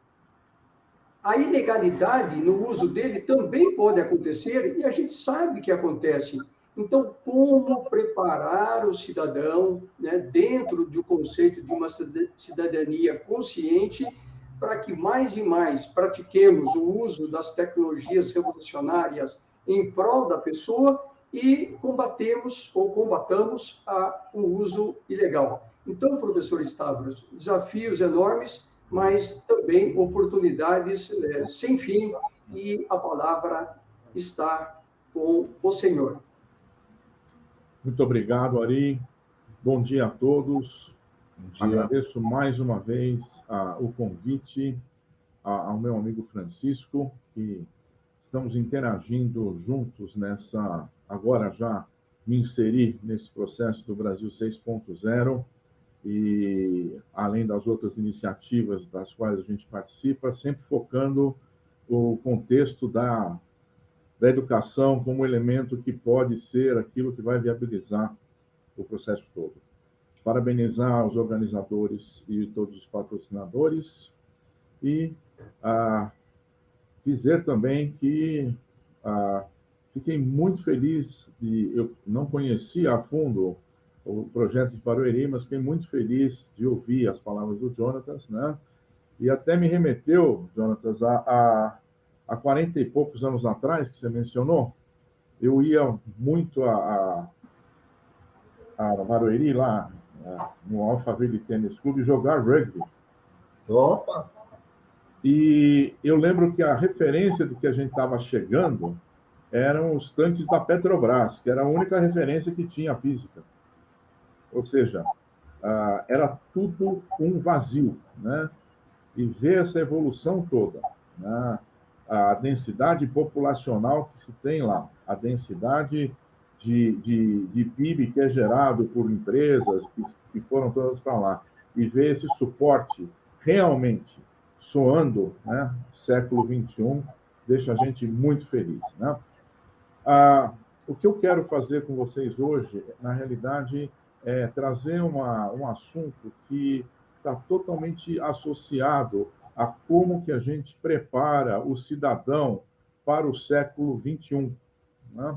a ilegalidade no uso dele também pode acontecer, e a gente sabe que acontece. Então, como preparar o cidadão, né, dentro do conceito de uma cidadania consciente, para que mais e mais pratiquemos o uso das tecnologias revolucionárias em prol da pessoa e combatemos ou combatamos a, o uso ilegal. Então, professor Stavros, desafios enormes, mas também oportunidades é, sem fim, e a palavra está com o senhor. Muito obrigado, Ari. Bom dia a todos. Bom dia. Agradeço mais uma vez a, o convite a, ao meu amigo Francisco, que estamos interagindo juntos nessa... Agora já me inseri nesse processo do Brasil seis ponto zero, e além das outras iniciativas das quais a gente participa, sempre focando o contexto da... da educação como elemento que pode ser aquilo que vai viabilizar o processo todo. Parabenizar os organizadores e todos os patrocinadores e ah, dizer também que ah, fiquei muito feliz de... Eu não conhecia a fundo o projeto de Barueri, mas fiquei muito feliz de ouvir as palavras do Jonatas, né? E até me remeteu, Jonatas, a... a há quarenta e poucos anos atrás, que você mencionou, eu ia muito a, a, a Barueri, lá no Alphaville Tennis Club, jogar rugby. Opa! E eu lembro que a referência do que a gente estava chegando eram os tanques da Petrobras, que era a única referência que tinha física. Ou seja, era tudo um vazio, né? E ver essa evolução toda, né? A densidade populacional que se tem lá, a densidade de, de, de P I B que é gerado por empresas que, que foram todas para lá, e ver esse suporte realmente soando, né, século vinte e um, deixa a gente muito feliz, né? Ah, o que eu quero fazer com vocês hoje, na realidade, é trazer uma, um assunto que está totalmente associado a como que a gente prepara o cidadão para o século vinte e um, né?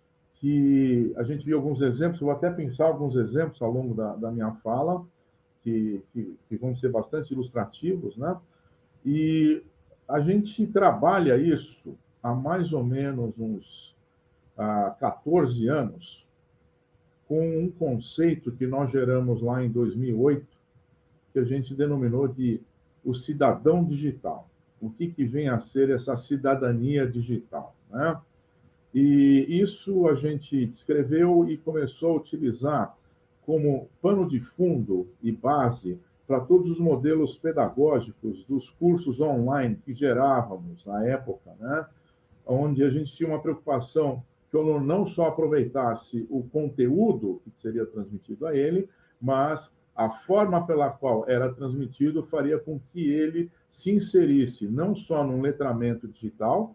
Que a gente viu alguns exemplos, vou até pensar alguns exemplos ao longo da, da minha fala, que, que, que vão ser bastante ilustrativos, né? E a gente trabalha isso há mais ou menos uns ah, quatorze anos, com um conceito que nós geramos lá em dois mil e oito, que a gente denominou de o cidadão digital. O que, que vem a ser essa cidadania digital, né? E isso a gente descreveu e começou a utilizar como pano de fundo e base para todos os modelos pedagógicos dos cursos online que gerávamos na época, né? Onde a gente tinha uma preocupação que o aluno não só aproveitasse o conteúdo que seria transmitido a ele, mas a forma pela qual era transmitido faria com que ele se inserisse não só num letramento digital,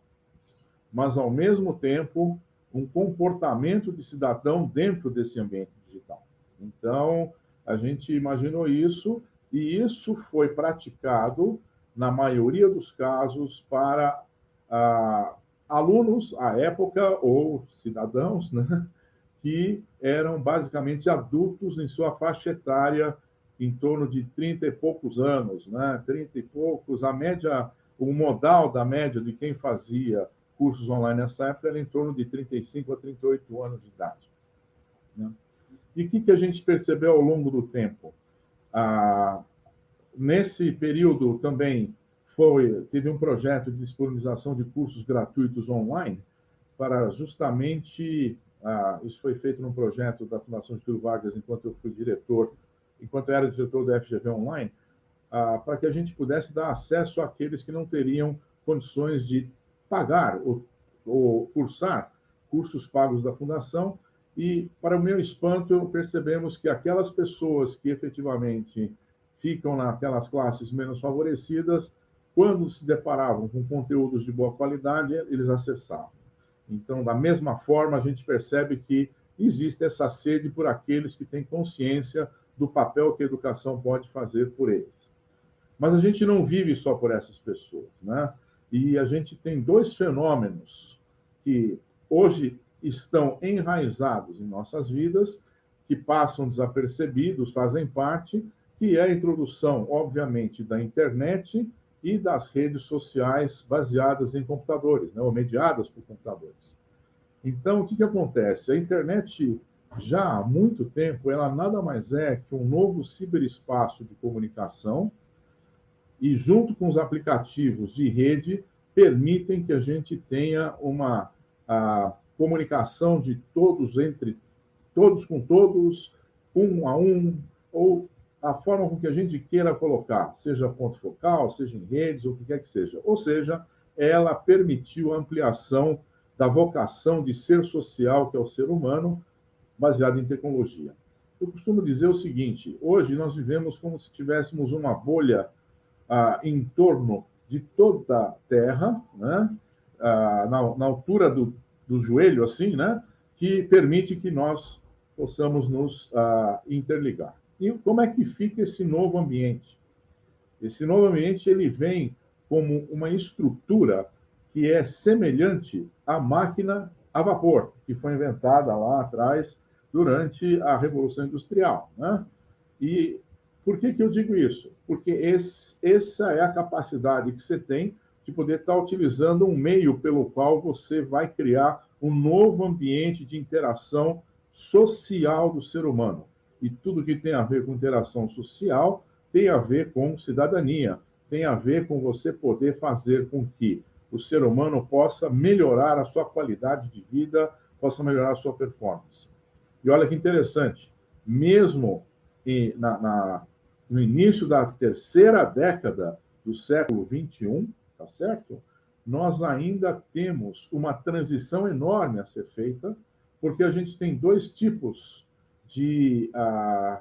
mas, ao mesmo tempo, um comportamento de cidadão dentro desse ambiente digital. Então, a gente imaginou isso, e isso foi praticado, na maioria dos casos, para ah, alunos, à época, ou cidadãos, né, que eram basicamente adultos em sua faixa etária, em torno de trinta e poucos anos, né? trinta e poucos, a média, o modal da média de quem fazia cursos online nessa época era em torno de trinta e cinco a trinta e oito anos de idade. Né? E o que, que a gente percebeu ao longo do tempo? Ah, nesse período também foi, teve um projeto de disponibilização de cursos gratuitos online para justamente, ah, isso foi feito num projeto da Fundação Getúlio Vargas, enquanto eu fui diretor, enquanto eu era diretor da F G V Online, ah, para que a gente pudesse dar acesso àqueles que não teriam condições de pagar ou, ou cursar cursos pagos da Fundação, e, para o meu espanto, percebemos que aquelas pessoas que efetivamente ficam naquelas classes menos favorecidas, quando se deparavam com conteúdos de boa qualidade, eles acessavam. Então, da mesma forma, a gente percebe que existe essa sede por aqueles que têm consciência do papel que a educação pode fazer por eles. Mas a gente não vive só por essas pessoas, né? E a gente tem dois fenômenos que hoje estão enraizados em nossas vidas, que passam desapercebidos, fazem parte, que é a introdução, obviamente, da internet e das redes sociais baseadas em computadores, né, ou mediadas por computadores. Então, o que, que acontece? A internet, já há muito tempo, ela nada mais é que um novo ciberespaço de comunicação, e, junto com os aplicativos de rede, permitem que a gente tenha uma a, comunicação de todos entre todos com todos, um a um, ou a forma com que a gente queira colocar, seja ponto focal, seja em redes, ou o que quer que seja. Ou seja, ela permitiu a ampliação da vocação de ser social, que é o ser humano, baseado em tecnologia. Eu costumo dizer o seguinte: hoje nós vivemos como se tivéssemos uma bolha Ah, em torno de toda a Terra, né? ah, na, na altura do, do joelho, assim, né? Que permite que nós possamos nos ah, interligar. E como é que fica esse novo ambiente? Esse novo ambiente ele vem como uma estrutura que é semelhante à máquina a vapor, que foi inventada lá atrás durante a Revolução Industrial, né? E por que, que eu digo isso? Porque esse, essa é a capacidade que você tem de poder estar utilizando um meio pelo qual você vai criar um novo ambiente de interação social do ser humano. E tudo que tem a ver com interação social tem a ver com cidadania, tem a ver com você poder fazer com que o ser humano possa melhorar a sua qualidade de vida, possa melhorar a sua performance. E olha que interessante, mesmo em, na, na no início da terceira década do século vinte e um, tá certo? Nós ainda temos uma transição enorme a ser feita, porque a gente tem dois tipos de, ah,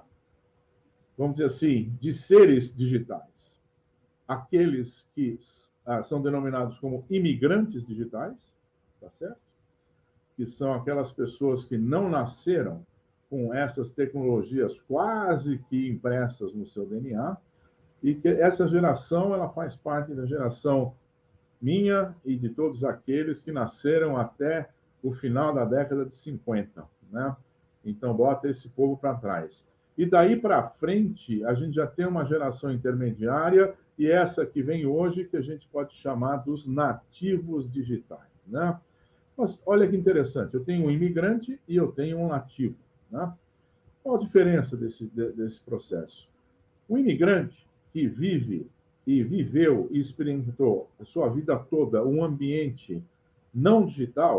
vamos dizer assim, de seres digitais. Aqueles que ah, são denominados como imigrantes digitais, tá certo? Que são aquelas pessoas que não nasceram com essas tecnologias quase que impressas no seu D N A, e que essa geração ela faz parte da geração minha e de todos aqueles que nasceram até o final da década de cinquenta, né? Então, bota esse povo para trás. E daí para frente, a gente já tem uma geração intermediária, e essa que vem hoje, que a gente pode chamar dos nativos digitais, né? Mas olha que interessante, eu tenho um imigrante e eu tenho um nativo. Né? Qual a diferença desse, desse processo? O imigrante que vive e viveu e experimentou a sua vida toda um ambiente não digital,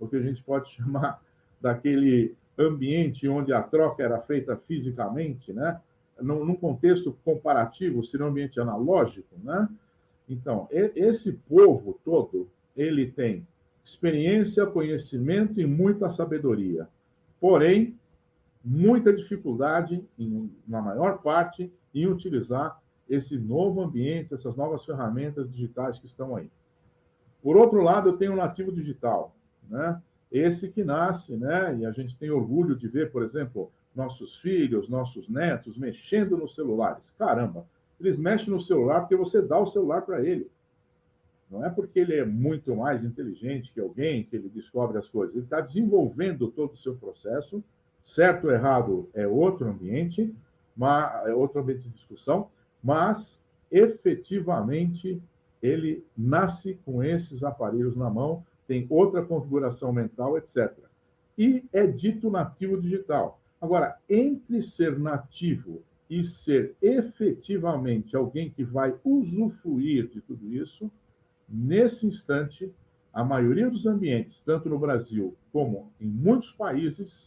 o que a gente pode chamar daquele ambiente onde a troca era feita fisicamente, né? Num, num contexto comparativo, se não ambiente analógico, né? Então, esse povo todo, ele tem experiência, conhecimento e muita sabedoria. Porém, muita dificuldade, em, na maior parte, em utilizar esse novo ambiente, essas novas ferramentas digitais que estão aí. Por outro lado, eu tenho o nativo digital, né? Esse que nasce, né? E a gente tem orgulho de ver, por exemplo, nossos filhos, nossos netos mexendo nos celulares. Caramba, eles mexem no celular porque você dá o celular para ele. Não é porque ele é muito mais inteligente que alguém que ele descobre as coisas. Ele está desenvolvendo todo o seu processo. Certo ou errado é outro ambiente, mas, é outro ambiente de discussão, mas efetivamente ele nasce com esses aparelhos na mão, tem outra configuração mental, etcétera. E é dito nativo digital. Agora, entre ser nativo e ser efetivamente alguém que vai usufruir de tudo isso, nesse instante, a maioria dos ambientes, tanto no Brasil como em muitos países,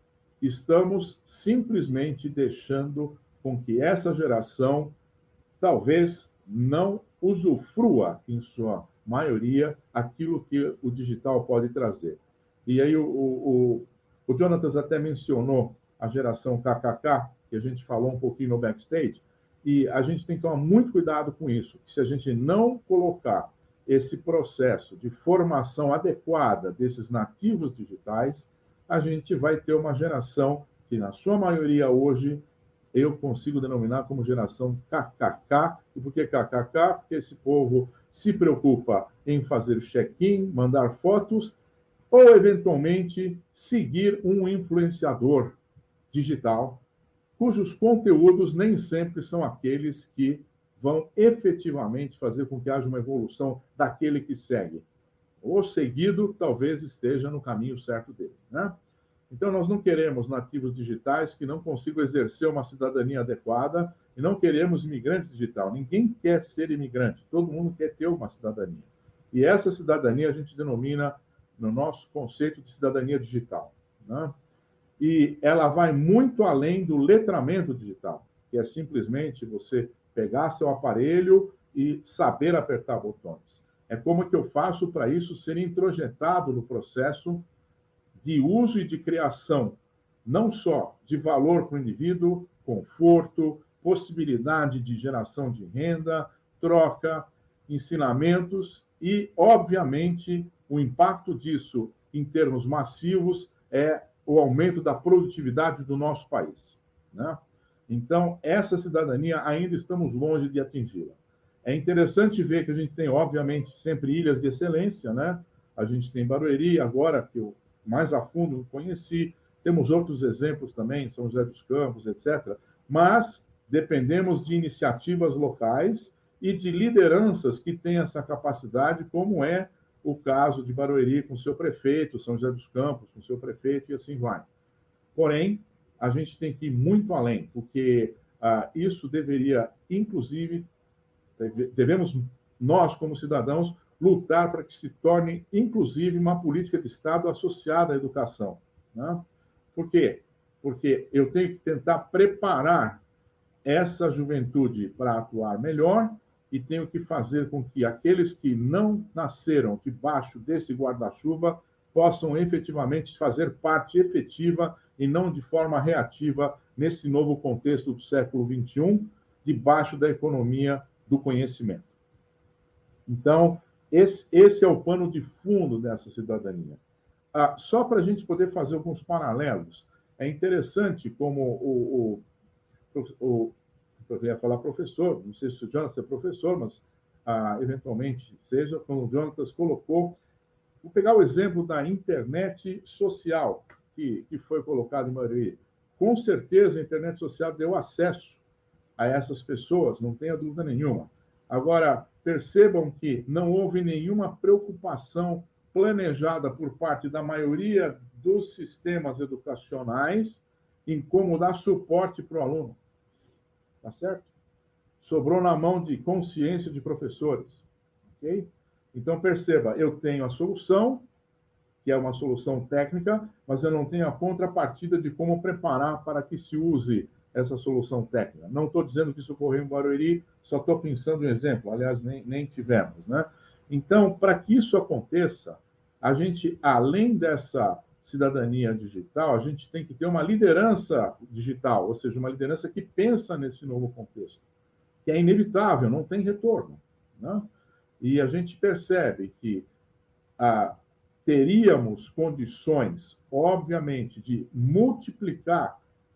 estamos simplesmente deixando com que essa geração talvez não usufrua, em sua maioria, aquilo que o digital pode trazer. E aí o, o, o Jonatas até mencionou a geração K K K, que a gente falou um pouquinho no backstage, e a gente tem que tomar muito cuidado com isso, que se a gente não colocar esse processo de formação adequada desses nativos digitais, a gente vai ter uma geração que, na sua maioria hoje, eu consigo denominar como geração K K K. E por que K K K? Porque esse povo se preocupa em fazer check-in, mandar fotos, ou, eventualmente, seguir um influenciador digital, cujos conteúdos nem sempre são aqueles que vão efetivamente fazer com que haja uma evolução daquele que segue. O seguido talvez esteja no caminho certo dele, né? Então, nós não queremos nativos digitais que não consigam exercer uma cidadania adequada e não queremos imigrantes digitais. Ninguém quer ser imigrante, todo mundo quer ter uma cidadania. E essa cidadania a gente denomina no nosso conceito de cidadania digital, né? E ela vai muito além do letramento digital, que é simplesmente você pegar seu aparelho e saber apertar botões. É como que eu faço para isso ser introjetado no processo de uso e de criação, não só de valor para o indivíduo, conforto, possibilidade de geração de renda, troca, ensinamentos e, obviamente, o impacto disso em termos massivos é o aumento da produtividade do nosso país, né? Então, essa cidadania ainda estamos longe de atingi-la. É interessante ver que a gente tem, obviamente, sempre ilhas de excelência, né? A gente tem Barueri, agora, que eu mais a fundo conheci, temos outros exemplos também, São José dos Campos, etcétera. Mas dependemos de iniciativas locais e de lideranças que têm essa capacidade, como é o caso de Barueri com seu prefeito, São José dos Campos com seu prefeito, e assim vai. Porém, a gente tem que ir muito além, porque ah, isso deveria, inclusive, devemos, nós, como cidadãos, lutar para que se torne, inclusive, uma política de Estado associada à educação, né? Por quê? Porque eu tenho que tentar preparar essa juventude para atuar melhor e tenho que fazer com que aqueles que não nasceram debaixo desse guarda-chuva possam efetivamente fazer parte efetiva e não de forma reativa nesse novo contexto do século vinte e um, debaixo da economia do conhecimento. Então, esse, esse é o pano de fundo dessa cidadania. Ah, só para a gente poder fazer alguns paralelos, é interessante como o, o, o eu ia falar professor, não sei se o Jonas é professor, mas ah, eventualmente seja, como o Jonas colocou. Vou pegar o exemplo da internet social, que, que foi colocado em Barueri. Com certeza, a internet social deu acesso a essas pessoas, não tenha dúvida nenhuma. Agora, percebam que não houve nenhuma preocupação planejada por parte da maioria dos sistemas educacionais em como dar suporte para o aluno. Tá certo? Sobrou na mão de consciência de professores. Ok? Então, perceba, eu tenho a solução, que é uma solução técnica, mas eu não tenho a contrapartida de como preparar para que se use essa solução técnica. Não estou dizendo que isso ocorreu em Barueri, só estou pensando em exemplo, aliás, nem, nem tivemos, né? Então, para que isso aconteça, a gente, além dessa cidadania digital, a gente tem que ter uma liderança digital, ou seja, uma liderança que pensa nesse novo contexto, que é inevitável, não tem retorno, né? E a gente percebe que ah, teríamos condições, obviamente, de multiplicar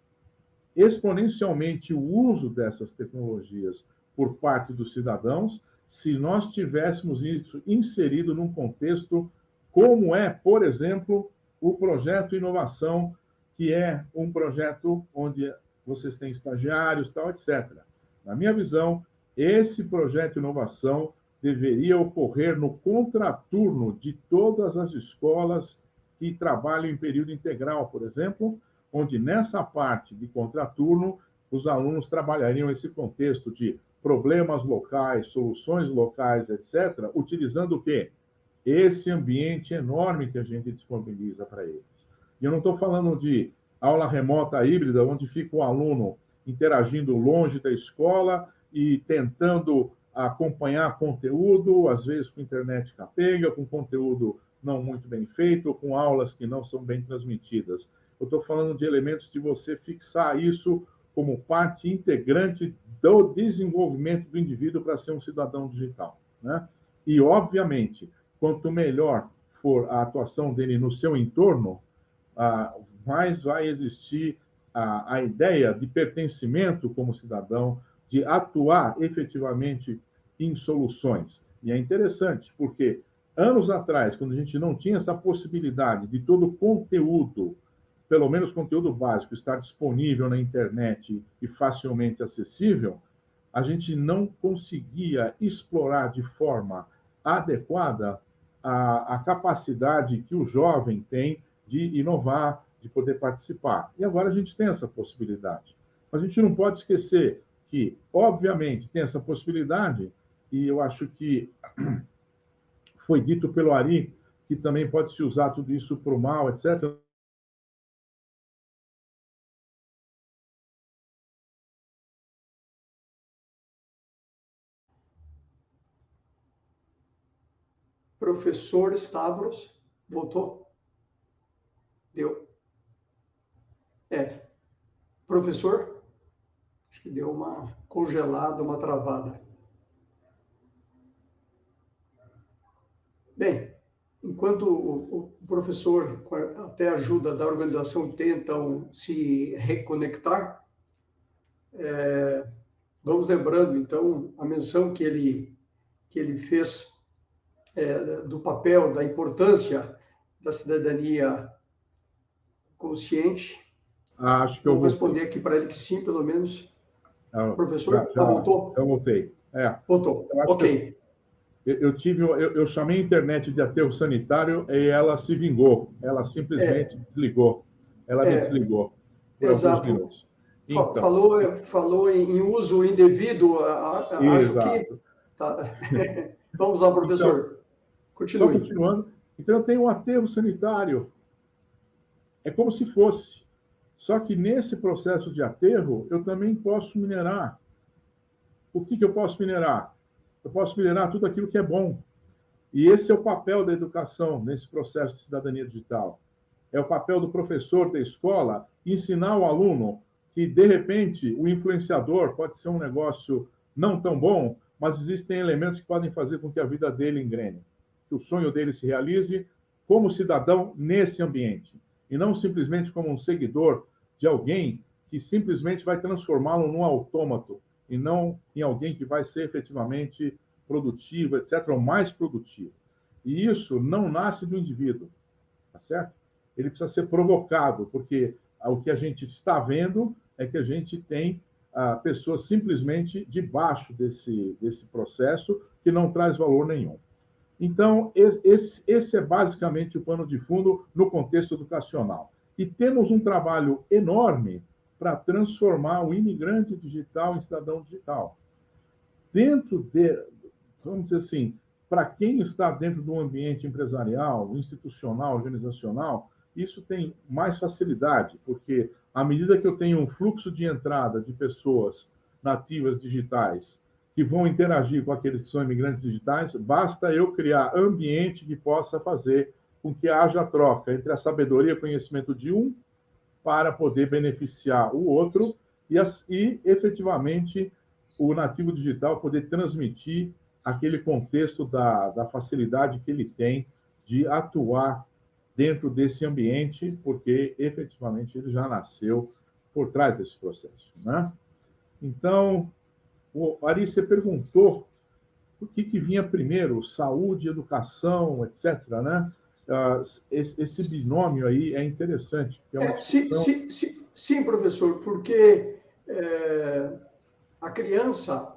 exponencialmente o uso dessas tecnologias por parte dos cidadãos, se nós tivéssemos isso inserido num contexto como é, por exemplo, o projeto Inovação, que é um projeto onde vocês têm estagiários, tal, etcétera. Na minha visão, esse projeto Inovação deveria ocorrer no contraturno de todas as escolas que trabalham em período integral, por exemplo, onde nessa parte de contraturno os alunos trabalhariam esse contexto de problemas locais, soluções locais, etcétera, utilizando o quê? Esse ambiente enorme que a gente disponibiliza para eles. E eu não estou falando de aula remota híbrida, onde fica o aluno interagindo longe da escola e tentando acompanhar conteúdo, às vezes com internet capenga, com conteúdo não muito bem feito, com aulas que não são bem transmitidas. Eu estou falando de elementos de você fixar isso como parte integrante do desenvolvimento do indivíduo para ser um cidadão digital, né? E, obviamente, quanto melhor for a atuação dele no seu entorno, ah, mais vai existir a, a ideia de pertencimento como cidadão, de atuar efetivamente em soluções. E é interessante, porque anos atrás, quando a gente não tinha essa possibilidade de todo o conteúdo, pelo menos conteúdo básico, estar disponível na internet e facilmente acessível, a gente não conseguia explorar de forma adequada a, a capacidade que o jovem tem de inovar, de poder participar. E agora a gente tem essa possibilidade. Mas a gente não pode esquecer que, obviamente, tem essa possibilidade, e eu acho que foi dito pelo Ari, que também pode se usar tudo isso para o mal, etcétera. Professor Stavros, voltou? Deu. É. Professor? Acho que deu uma congelada, uma travada. Bem, enquanto o professor, com até a ajuda da organização, tentam se reconectar, é, vamos lembrando, então, a menção que ele, que ele fez é, do papel, da importância da cidadania consciente. Ah, acho que eu vou vou responder aqui para ele que sim, pelo menos. Ah, Professor, já, já, já voltou? Eu voltei. É. Voltou, ok. Eu, eu, tive, eu, eu chamei a internet de aterro sanitário e ela se vingou. Ela simplesmente é. desligou. Ela é. me desligou por Exato. alguns minutos. Então, falou, falou em uso indevido, acho que... Tá. Vamos lá, professor. Então, continue. Só continuando. Então, eu tenho um aterro sanitário. É como se fosse. Só que nesse processo de aterro, eu também posso minerar. O que, que eu posso minerar? Eu posso minerar tudo aquilo que é bom. E esse é o papel da educação nesse processo de cidadania digital. É o papel do professor da escola ensinar o aluno que, de repente, o influenciador pode ser um negócio não tão bom, mas existem elementos que podem fazer com que a vida dele engrene, que o sonho dele se realize como cidadão nesse ambiente, e não simplesmente como um seguidor de alguém que simplesmente vai transformá-lo num autômato, e não em alguém que vai ser efetivamente produtivo, etcétera, ou mais produtivo. E isso não nasce do indivíduo, tá certo? Ele precisa ser provocado, porque o que a gente está vendo é que a gente tem ah, pessoas simplesmente debaixo desse, desse processo que não traz valor nenhum. Então, esse, esse é basicamente o pano de fundo no contexto educacional. E temos um trabalho enorme para transformar o imigrante digital em cidadão digital. Dentro de, vamos dizer assim, para quem está dentro do ambiente empresarial, institucional, organizacional, isso tem mais facilidade, porque à medida que eu tenho um fluxo de entrada de pessoas nativas digitais que vão interagir com aqueles que são imigrantes digitais, basta eu criar ambiente que possa fazer com que haja troca entre a sabedoria e o conhecimento de um para poder beneficiar o outro e, e efetivamente, o nativo digital poder transmitir aquele contexto da, da facilidade que ele tem de atuar dentro desse ambiente, porque efetivamente ele já nasceu por trás desse processo, né? Então, o Ari, você perguntou o que, que vinha primeiro, saúde, educação, etcétera, né? Esse, esse binômio aí é interessante. É uma é, sim, sim, sim, sim, professor, porque é, a criança,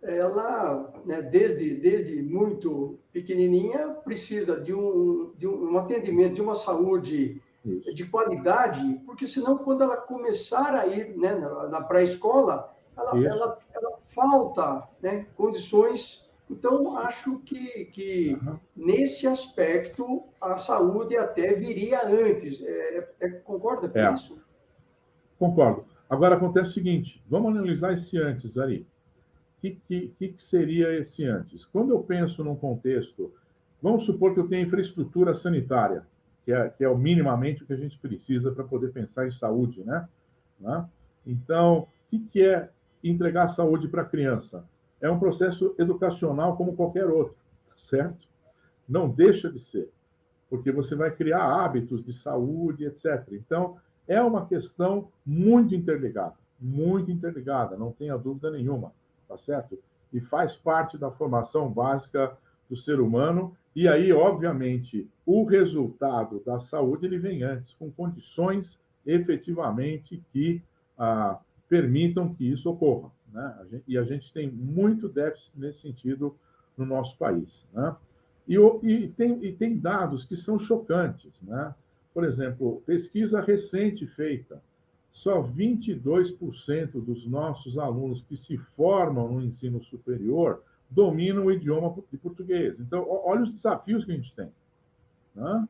ela, né, desde, desde muito pequenininha, precisa de um, de um atendimento, de uma saúde Isso. de qualidade, porque senão, quando ela começar a ir, né, na, na pré-escola, ela, ela, ela falta, né, condições. Então, acho que, que uhum. nesse aspecto, a saúde até viria antes. É, é, concorda com é. isso? Concordo. Agora, acontece o seguinte, vamos analisar esse antes, Ari. O que, que, que seria esse antes? Quando eu penso num contexto, vamos supor que eu tenho infraestrutura sanitária, que é, que é o minimamente o que a gente precisa para poder pensar em saúde, né? né? Então, o que, que é entregar saúde para a criança? É um processo educacional como qualquer outro, certo? Não deixa de ser, porque você vai criar hábitos de saúde, etcétera. Então, é uma questão muito interligada, muito interligada, não tenha dúvida nenhuma, tá certo? E faz parte da formação básica do ser humano, e aí, obviamente, o resultado da saúde ele vem antes, com condições efetivamente que ah, permitam que isso ocorra. Né? A gente, e a gente tem muito déficit nesse sentido no nosso país. Né? E, e, tem, e tem dados que são chocantes. Né? Por exemplo, pesquisa recente feita, só vinte e dois por cento dos nossos alunos que se formam no ensino superior dominam o idioma de português. Então, olha os desafios que a gente tem. Né?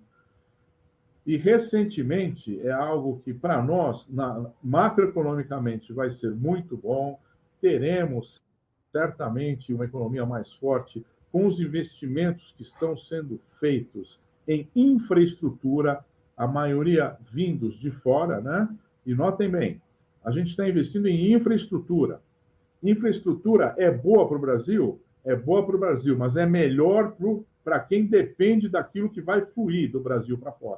E, recentemente, é algo que, para nós, na, macroeconomicamente, vai ser muito bom. Teremos, certamente, uma economia mais forte com os investimentos que estão sendo feitos em infraestrutura, a maioria vindos de fora, né? E notem bem, a gente está investindo em infraestrutura. Infraestrutura é boa para o Brasil? É boa para o Brasil, mas é melhor para quem depende daquilo que vai fluir do Brasil para fora.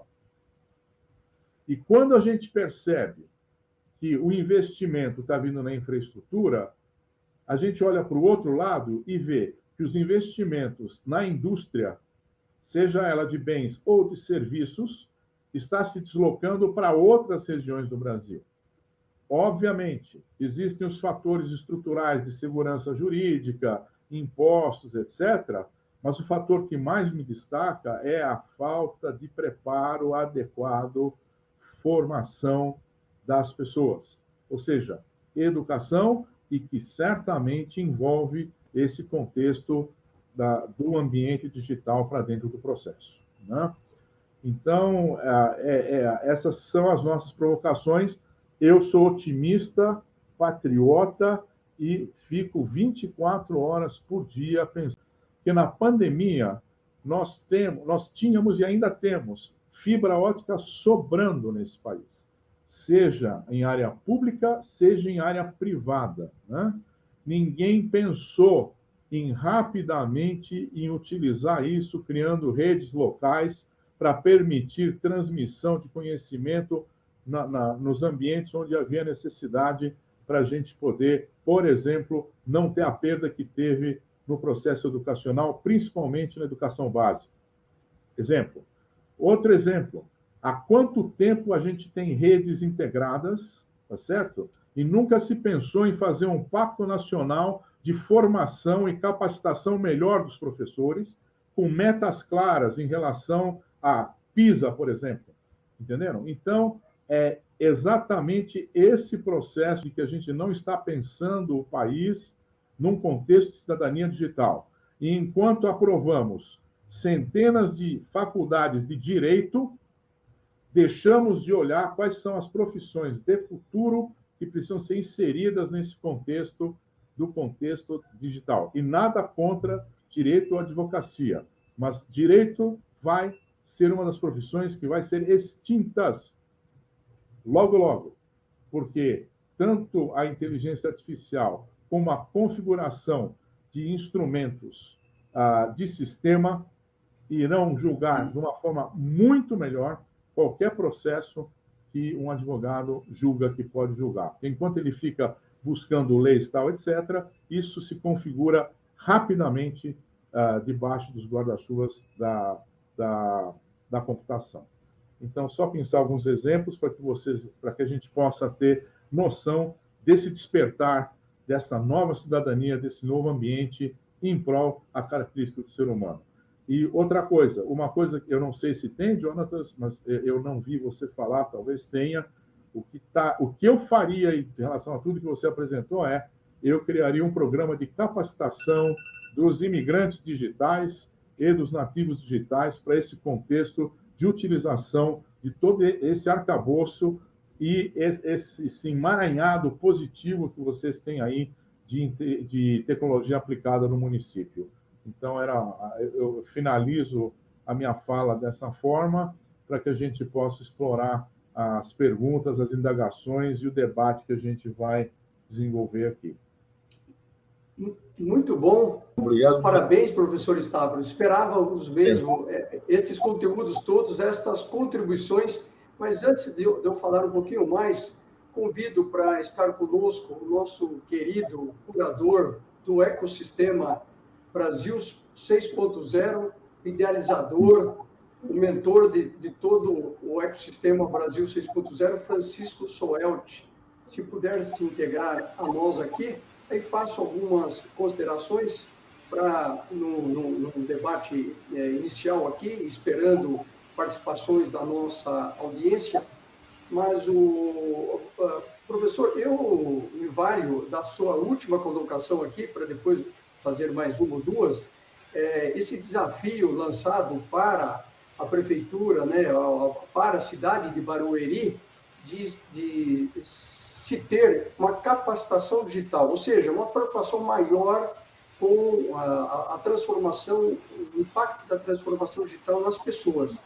E quando a gente percebe que o investimento está vindo na infraestrutura, a gente olha para o outro lado e vê que os investimentos na indústria, seja ela de bens ou de serviços, está se deslocando para outras regiões do Brasil. Obviamente, existem os fatores estruturais de segurança jurídica, impostos, etcétera, mas o fator que mais me destaca é a falta de preparo adequado, formação das pessoas. Ou seja, educação e que certamente envolve esse contexto da, do ambiente digital para dentro do processo. Né? Então, é, é, essas são as nossas provocações. Eu sou otimista, patriota e fico vinte e quatro horas por dia pensando que na pandemia nós, temos, nós tínhamos e ainda temos fibra ótica sobrando nesse país, seja em área pública, seja em área privada. Né? Ninguém pensou em rapidamente em utilizar isso, criando redes locais para permitir transmissão de conhecimento na, na, nos ambientes onde havia necessidade para a gente poder, por exemplo, não ter a perda que teve no processo educacional, principalmente na educação básica. Exemplo. Outro exemplo. Há quanto tempo a gente tem redes integradas, tá certo? E nunca se pensou em fazer um pacto nacional de formação e capacitação melhor dos professores, com metas claras em relação a PISA, por exemplo. Entenderam? Então, é exatamente esse processo de que a gente não está pensando o país num contexto de cidadania digital. E enquanto aprovamos centenas de faculdades de direito, deixamos de olhar quais são as profissões de futuro que precisam ser inseridas nesse contexto do contexto digital. E nada contra direito ou advocacia, mas direito vai ser uma das profissões que vai ser extintas logo, logo, porque tanto a inteligência artificial como a configuração de instrumentos ah, de sistema irão julgar de uma forma muito melhor qualquer processo que um advogado julga que pode julgar. Enquanto ele fica buscando leis, tal, etcétera, isso se configura rapidamente uh, debaixo dos guarda-chuvas da, da, da computação. Então, só pensar alguns exemplos para que vocês, para que a gente possa ter noção desse despertar, dessa nova cidadania, desse novo ambiente em prol a característica do ser humano. E outra coisa, uma coisa que eu não sei se tem, Jonatas, mas eu não vi você falar, talvez tenha, o que, tá, o que eu faria em relação a tudo que você apresentou é, eu criaria um programa de capacitação dos imigrantes digitais e dos nativos digitais para esse contexto de utilização de todo esse arcabouço e esse, esse emaranhado positivo que vocês têm aí de, de tecnologia aplicada no município. Então, era, eu finalizo a minha fala dessa forma para que a gente possa explorar as perguntas, as indagações e o debate que a gente vai desenvolver aqui. Muito bom. Obrigado. Parabéns, professor Stavros. Esperávamos mesmo é. esses conteúdos todos, estas contribuições, mas antes de eu, de eu falar um pouquinho mais, convido para estar conosco o nosso querido curador do ecossistema Brasil seis ponto zero, idealizador, o mentor de, de todo o ecossistema Brasil seis ponto zero, Francisco Soelt. Se puder se integrar a nós aqui, aí faço algumas considerações para no, no, no debate é, inicial aqui, esperando participações da nossa audiência, mas o uh, professor, eu me valho da sua última colocação aqui, para depois fazer mais uma ou duas, é, esse desafio lançado para a prefeitura, né, para a cidade de Barueri, de, de se ter uma capacitação digital, ou seja, uma preocupação maior com a, a transformação, o impacto da transformação digital nas pessoas.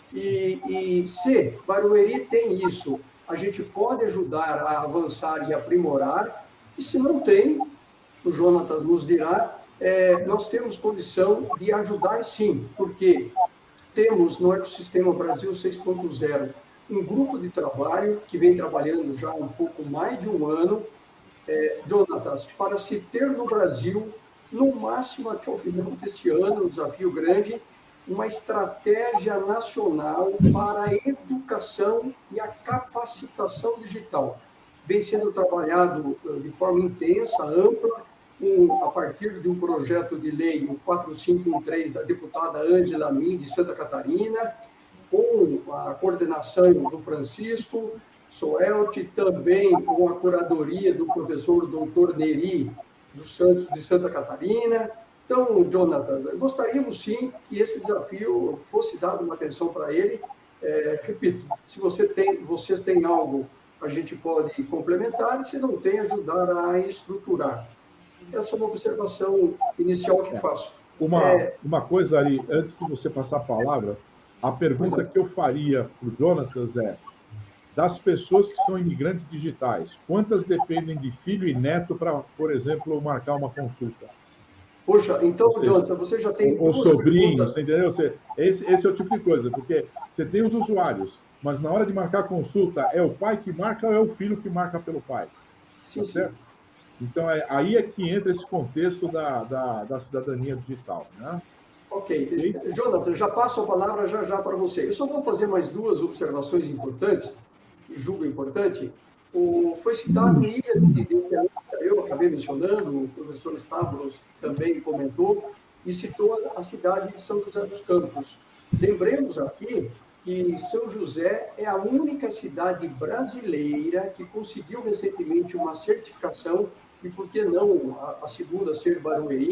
E, e se Barueri tem isso, a gente pode ajudar a avançar e aprimorar, e se não tem, o Jonatas nos dirá, é, nós temos condição de ajudar sim, porque temos no ecossistema Brasil seis ponto zero um grupo de trabalho que vem trabalhando já há um pouco mais de um ano, é, Jonatas, para se ter no Brasil, no máximo até o final deste ano, um desafio grande, uma estratégia nacional para a educação e a capacitação digital. Vem sendo trabalhado de forma intensa, ampla, um, a partir de um projeto de lei, o quatro cinco um três, da deputada Ângela Min, de Santa Catarina, com a coordenação do Francisco Soelt, também com a curadoria do professor doutor Neri dos Santos, de Santa Catarina. Então, Jonathan, gostaríamos sim que esse desafio fosse dado uma atenção para ele. É, repito, se você tem, vocês têm algo, a gente pode complementar, e se não tem, ajudar a estruturar. Essa é uma observação inicial que faço. Uma, é... uma coisa ali, antes de você passar a palavra, a pergunta que eu faria para o Jonatas é, das pessoas que são imigrantes digitais, quantas dependem de filho e neto para, por exemplo, marcar uma consulta? Poxa, então, seja, Jonathan, você já tem... Ou sobrinho, você entendeu? Você, esse, esse é o tipo de coisa, porque você tem os usuários, mas na hora de marcar consulta, é o pai que marca ou é o filho que marca pelo pai? Sim, tá certo? Sim. Então, é, aí é que entra esse contexto da, da, da cidadania digital, né? Ok. okay. Jonathan, já passo a palavra já já para você. Eu só vou fazer mais duas observações importantes, julgo importante. O, foi citado Ilhas de eu acabei mencionando, o professor Stavros também comentou, e citou a cidade de São José dos Campos. Lembremos aqui que São José é a única cidade brasileira que conseguiu recentemente uma certificação, e por que não a, a segunda ser Barueri,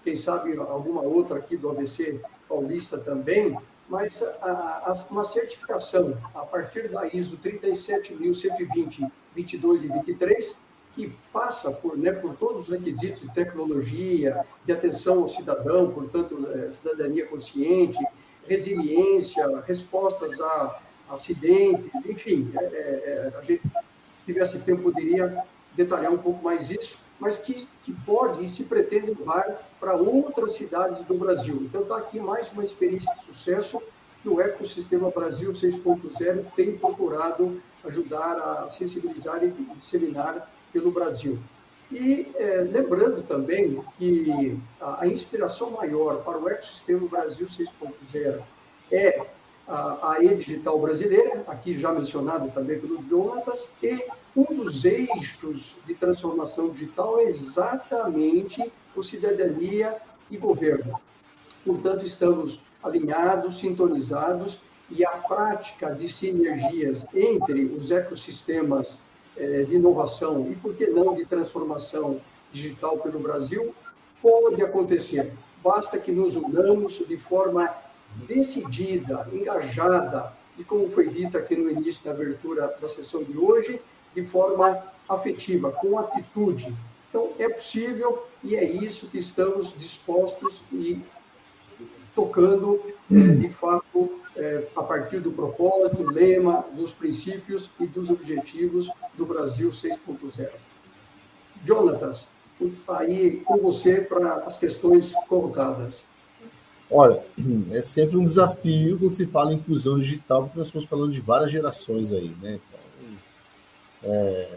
quem sabe alguma outra aqui do A B C Paulista também, mas a, a, uma certificação a partir da I S O trinta e sete mil cento e vinte, vinte e dois e vinte e três, que passa por, né, por todos os requisitos de tecnologia, de atenção ao cidadão, portanto, é, cidadania consciente, resiliência, respostas a acidentes, enfim, é, é, a gente, se tivesse tempo, poderia detalhar um pouco mais isso, mas que, que pode e se pretende levar para outras cidades do Brasil. Então, está aqui mais uma experiência de sucesso que o Ecossistema Brasil seis ponto zero tem procurado ajudar a sensibilizar e disseminar pelo Brasil. E é, lembrando também que a, a inspiração maior para o Ecossistema Brasil seis ponto zero é a, a E-Digital brasileira, aqui já mencionado também pelo Jonatas, e um dos eixos de transformação digital é exatamente o cidadania e governo. Portanto, estamos alinhados, sintonizados, e a prática de sinergias entre os ecossistemas eh, de inovação e, por que não, de transformação digital pelo Brasil, pode acontecer. Basta que nos unamos de forma decidida, engajada, e como foi dito aqui no início da abertura da sessão de hoje, de forma afetiva, com atitude. Então, é possível e é isso que estamos dispostos e tocando, de fato, a partir do propósito, lema, dos princípios e dos objetivos do Brasil seis ponto zero. Jonatas, aí com você para as questões colocadas. Olha, é sempre um desafio quando se fala em inclusão digital, porque nós estamos falando de várias gerações aí, né? Então, é,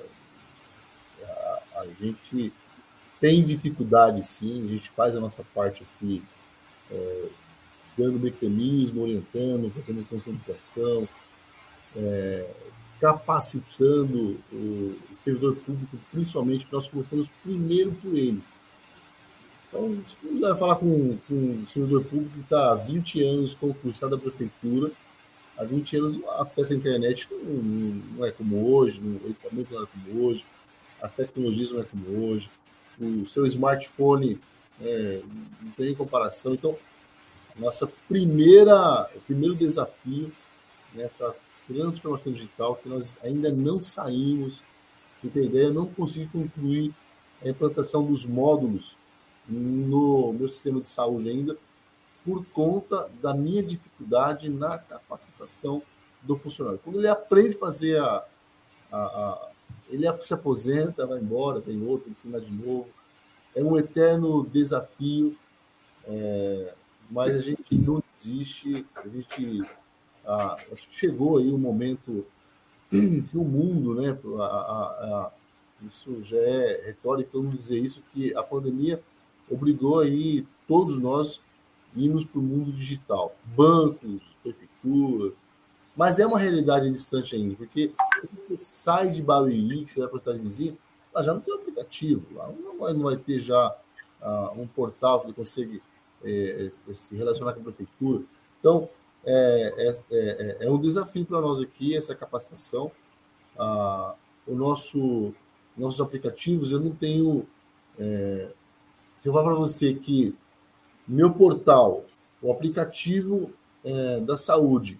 a, a gente tem dificuldade, sim, a gente faz a nossa parte aqui, é, dando mecanismo, orientando, fazendo conscientização, é, capacitando o servidor público, principalmente, que nós começamos primeiro por ele. Então, se você vai falar com, com um servidor público que está há vinte anos concursado da prefeitura, há vinte anos o acesso à internet não, não é como hoje, não, o equipamento não é como hoje, as tecnologias não é como hoje, o seu smartphone é, não tem comparação. Então, nossa primeira, o primeiro desafio nessa transformação digital, que nós ainda não saímos, se tem ideia, eu não consegui concluir a implantação dos módulos no meu sistema de saúde ainda, por conta da minha dificuldade na capacitação do funcionário. Quando ele aprende a fazer a... a, a ele se aposenta, vai embora, tem outro, ensina de novo. É um eterno desafio, é, mas a gente não desiste, a gente a, acho que chegou aí o momento que o mundo, né, a, a, a, isso já é retórica, vamos dizer isso, que a pandemia obrigou aí todos nós irmos para o mundo digital, bancos, prefeituras, mas é uma realidade distante ainda, porque você sai de Barueri, que você vai para a cidade vizinha, lá já não tem aplicativo, lá não vai, não vai ter já uh, um portal que consegue é, é, se relacionar com a prefeitura. Então, é, é, é, é um desafio para nós aqui, essa capacitação. Uh, o nosso, nossos aplicativos, eu não tenho... É, se eu falar para você que meu portal, o aplicativo é, da saúde,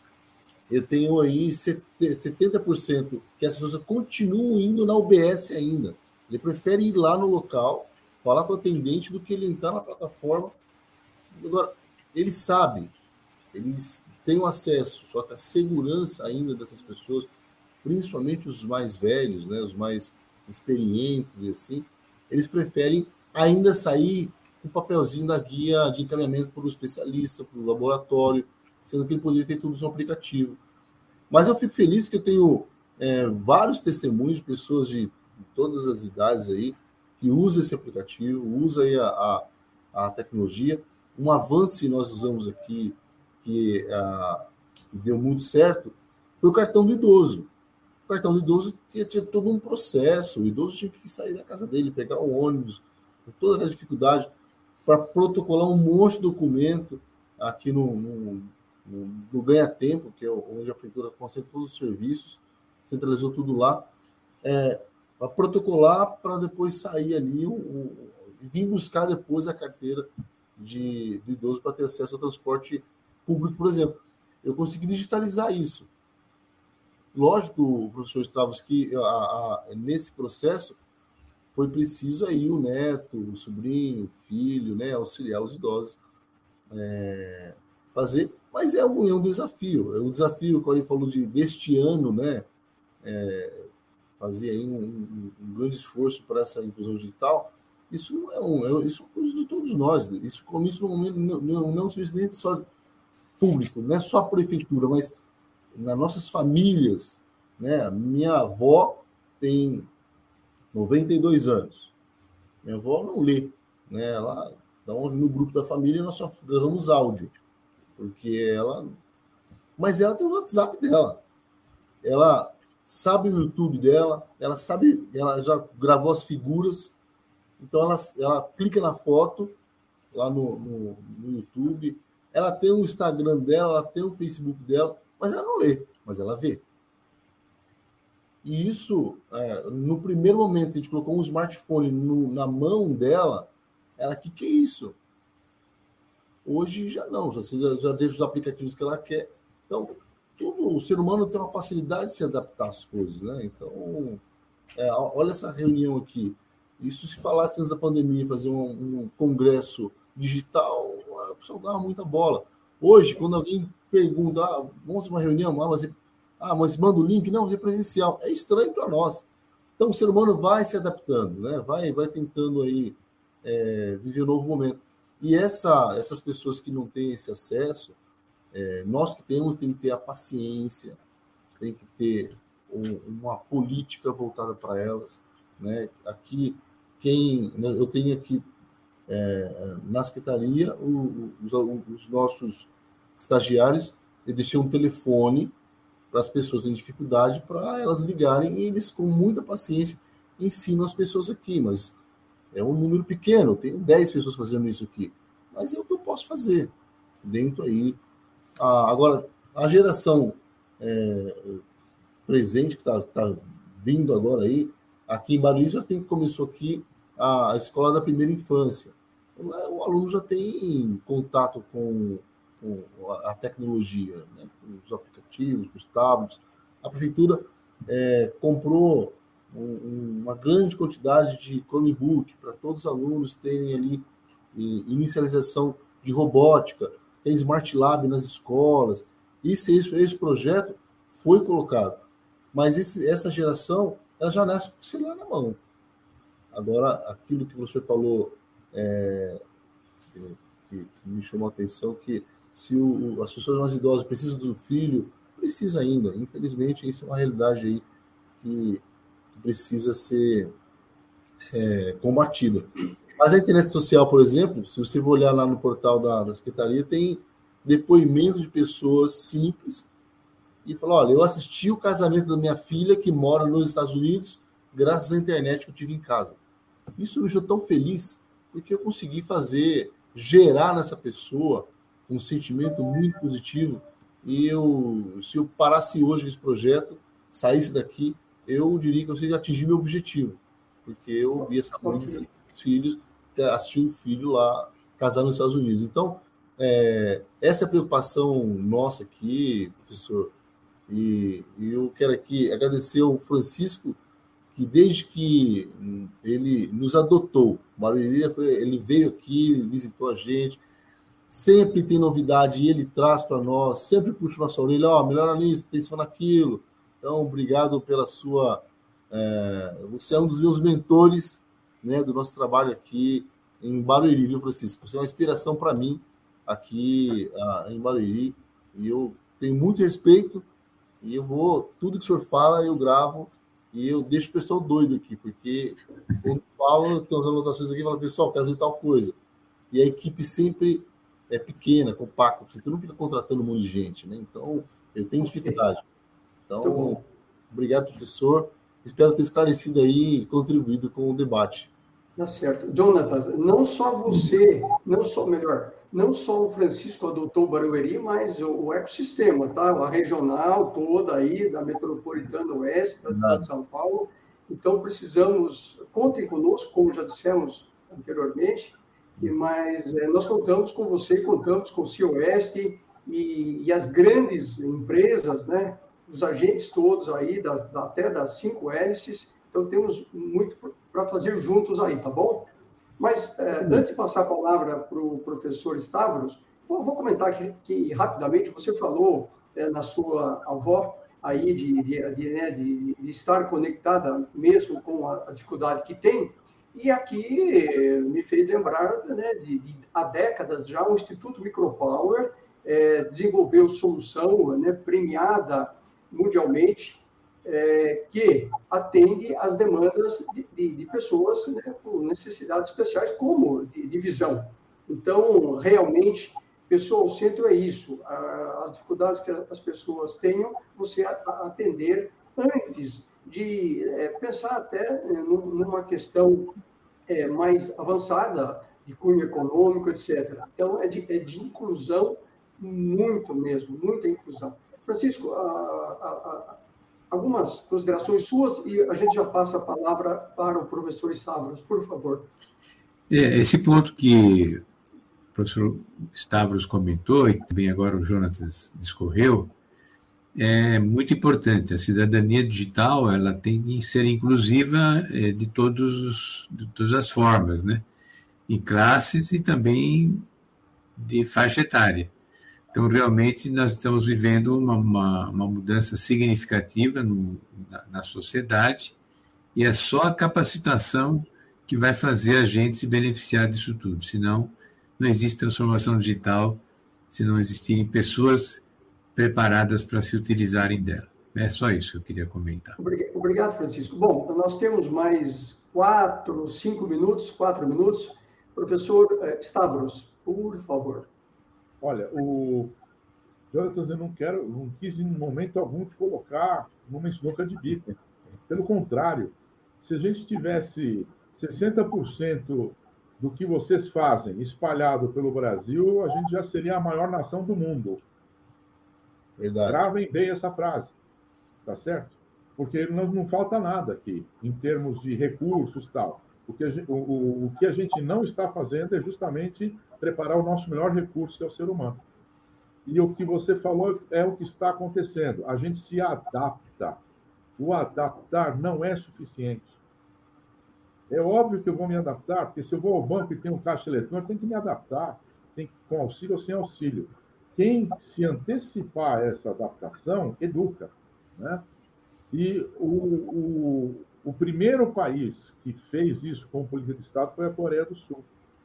eu tenho aí setenta por cento que as pessoas continuam indo na U B S ainda. Ele prefere ir lá no local, falar com o atendente, do que ele entrar na plataforma. Agora, eles sabem, eles têm o acesso, só que a segurança ainda dessas pessoas, principalmente os mais velhos, né, os mais experientes e assim, eles preferem ainda sair com o papelzinho da guia de encaminhamento para o especialista, para o laboratório, sendo que ele poderia ter tudo no seu aplicativo. Mas eu fico feliz que eu tenho é, vários testemunhos de pessoas de, de todas as idades aí que usam esse aplicativo, usam aí a, a, a tecnologia. Um avanço que nós usamos aqui, que, a, que deu muito certo, foi o cartão do idoso. O cartão do idoso tinha, tinha todo um processo, o idoso tinha que sair da casa dele, pegar o ônibus, toda aquela dificuldade, para protocolar um monte de documento aqui no, no, no, no Ganha-Tempo, que é onde a prefeitura concentra todos os serviços, centralizou tudo lá, é, para protocolar, para depois sair ali, um, um, vim buscar depois a carteira de, do idoso para ter acesso ao transporte público, por exemplo. Eu consegui digitalizar isso. Lógico, professor Stravos, que a, a, nesse processo foi preciso aí o neto, o sobrinho, o filho, né, auxiliar os idosos é, fazer, mas é um, é um desafio, é um desafio, quando ele falou de, deste ano, né, é, fazer aí um, um, um grande esforço para essa inclusão digital. Isso não é um, é, isso é coisa de todos nós, isso, isso no momento não, não, não simplesmente só público, não é só a prefeitura, mas nas nossas famílias, né? Minha avó tem noventa e dois anos. Minha avó não lê, né? Ela, então, no grupo da família, nós só gravamos áudio, porque ela... Mas ela tem o WhatsApp dela. Ela sabe o YouTube dela, ela sabe, ela já gravou as figuras, então ela, ela clica na foto lá no, no, no YouTube, ela tem o Instagram dela, ela tem o Facebook dela, mas ela não lê, mas ela vê. E isso, é, no primeiro momento, a gente colocou um smartphone no, na mão dela, ela, que que é isso? Hoje já não, já, já, já deixa os aplicativos que ela quer. Então, todo, o ser humano tem uma facilidade de se adaptar às coisas, né? Então, é, olha essa reunião aqui. Isso, se falasse antes da pandemia, fazer um, um congresso digital, a pessoa dava muita bola. Hoje, quando alguém pergunta, ah, vamos fazer uma reunião, ah, mas, ah, mas manda o link, não, é presencial. É estranho para nós. Então, o ser humano vai se adaptando, né? vai, vai tentando aí, é, viver um novo momento. E essa, essas pessoas que não têm esse acesso, é, nós que temos, tem que ter a paciência, tem que ter um, uma política voltada para elas. Né? Aqui, quem eu tenho aqui é, na secretaria, o, os, os nossos estagiários, eu deixei um telefone para as pessoas que têm dificuldade, para elas ligarem, e eles, com muita paciência, ensinam as pessoas aqui, mas é um número pequeno, eu tenho dez pessoas fazendo isso aqui, mas é o que eu posso fazer dentro aí. Ah, agora, a geração é, presente, que está tá vindo agora aí, aqui em Barueri já tem, começou aqui a escola da primeira infância. O aluno já tem contato com, com a tecnologia, né? Com os aplicativos, com os tablets. A prefeitura é, comprou um, uma grande quantidade de Chromebook para todos os alunos terem ali inicialização de robótica, tem Smart Lab nas escolas. Isso, esse, esse projeto foi colocado. Mas esse, essa geração, ela já nasce com o celular na mão. Agora, aquilo que você falou, é, que, que me chamou a atenção, que se o, as pessoas mais idosas precisam do filho, precisa ainda. Infelizmente, isso é uma realidade aí que, que precisa ser é, combatida. Mas a internet social, por exemplo, se você for olhar lá no portal da, da Secretaria, tem depoimento de pessoas simples e falar, olha, eu assisti o casamento da minha filha que mora nos Estados Unidos graças à internet que eu tive em casa. Isso me deixou tão feliz, porque eu consegui fazer, gerar nessa pessoa um sentimento muito positivo. E eu, se eu parasse hoje esse projeto, saísse daqui, eu diria que eu já atingi meu objetivo. Porque eu vi essa mãe de filhos, assistir o filho lá casar nos Estados Unidos. Então, é, essa é a preocupação nossa aqui, professor. E, e eu quero aqui agradecer ao Francisco, que desde que ele nos adotou, Barueri, ele veio aqui, visitou a gente, sempre tem novidade e ele traz para nós, sempre puxa nossa orelha, ó, oh, melhora nisso, atenção naquilo. Então, obrigado pela sua... É, você é um dos meus mentores, né, do nosso trabalho aqui em Barueri, viu, Francisco? Você é uma inspiração para mim aqui uh, em Barueri, e eu tenho muito respeito, e eu vou, tudo que o senhor fala, eu gravo, e eu deixo o pessoal doido aqui, porque quando falo, tem umas anotações aqui e falo, pessoal, quero fazer tal coisa. E a equipe sempre é pequena, compacta, porque tu não fica contratando um monte de gente, né? Então, eu tenho dificuldade. Então, obrigado, professor. Espero ter esclarecido aí e contribuído com o debate. Tá certo. Jonathan, não só você, não só, melhor, não só o Francisco adotou o Barueri, mas o, o ecossistema, tá? A regional toda aí, da Metropolitana Oeste, da cidade de São Paulo. Então, precisamos, contem conosco, como já dissemos anteriormente, mas é, nós contamos com você, contamos com o CIOeste e, e as grandes empresas, né, os agentes todos aí, das, da, até das cinco hélices, então temos muito para fazer juntos aí, tá bom? Mas, é, antes de passar a palavra para o professor Stavros, vou, vou comentar que, que rapidamente, você falou é, na sua avó aí de, de, de, né, de, de estar conectada mesmo com a, a dificuldade que tem, e aqui me fez lembrar, né, de, de há décadas já, o Instituto Micropower é, desenvolveu solução, né, premiada mundialmente, é, que atende às demandas de, de, de pessoas, né, com necessidades especiais, como de, de visão. Então, realmente, pessoa ao centro é isso. As dificuldades que as pessoas tenham, você atender antes de é, pensar até numa questão é, mais avançada, de cunho econômico, etcétera. Então, é de, é de inclusão muito mesmo, muita inclusão. Francisco, a, a, a, algumas considerações suas e a gente já passa a palavra para o professor Stavros, por favor. É, esse ponto que o professor Stavros comentou, e também agora o Jonatas discorreu, é muito importante. A cidadania digital, ela tem que ser inclusiva de, todos os, de todas as formas, né? Em classes e também de faixa etária. Então, realmente, nós estamos vivendo uma, uma, uma mudança significativa no, na, na sociedade, e é só a capacitação que vai fazer a gente se beneficiar disso tudo. Senão, não existe transformação digital se não existirem pessoas preparadas para se utilizarem dela. É só isso que eu queria comentar. Obrigado, Francisco. Bom, nós temos mais quatro, cinco minutos, quatro minutos. Professor Stavros, por favor. Olha, o Jonatas, eu não quero, não quis em momento algum te colocar numa sinuca de bico. Pelo contrário, se a gente tivesse sessenta por cento do que vocês fazem espalhado pelo Brasil, a gente já seria a maior nação do mundo. Verdade. Gravem bem essa frase, tá certo? Porque não, não falta nada aqui, em termos de recursos e tal. O que, a gente, o, o que a gente não está fazendo é justamente preparar o nosso melhor recurso, que é o ser humano. E o que você falou é o que está acontecendo. A gente se adapta. O adaptar não é suficiente. É óbvio que eu vou me adaptar, porque se eu vou ao banco e tenho um caixa eletrônico, eu tenho que me adaptar, tem, com auxílio ou sem auxílio. Quem se antecipar a essa adaptação, educa, né? E o, o, o primeiro país que fez isso com política de Estado foi a Coreia do Sul.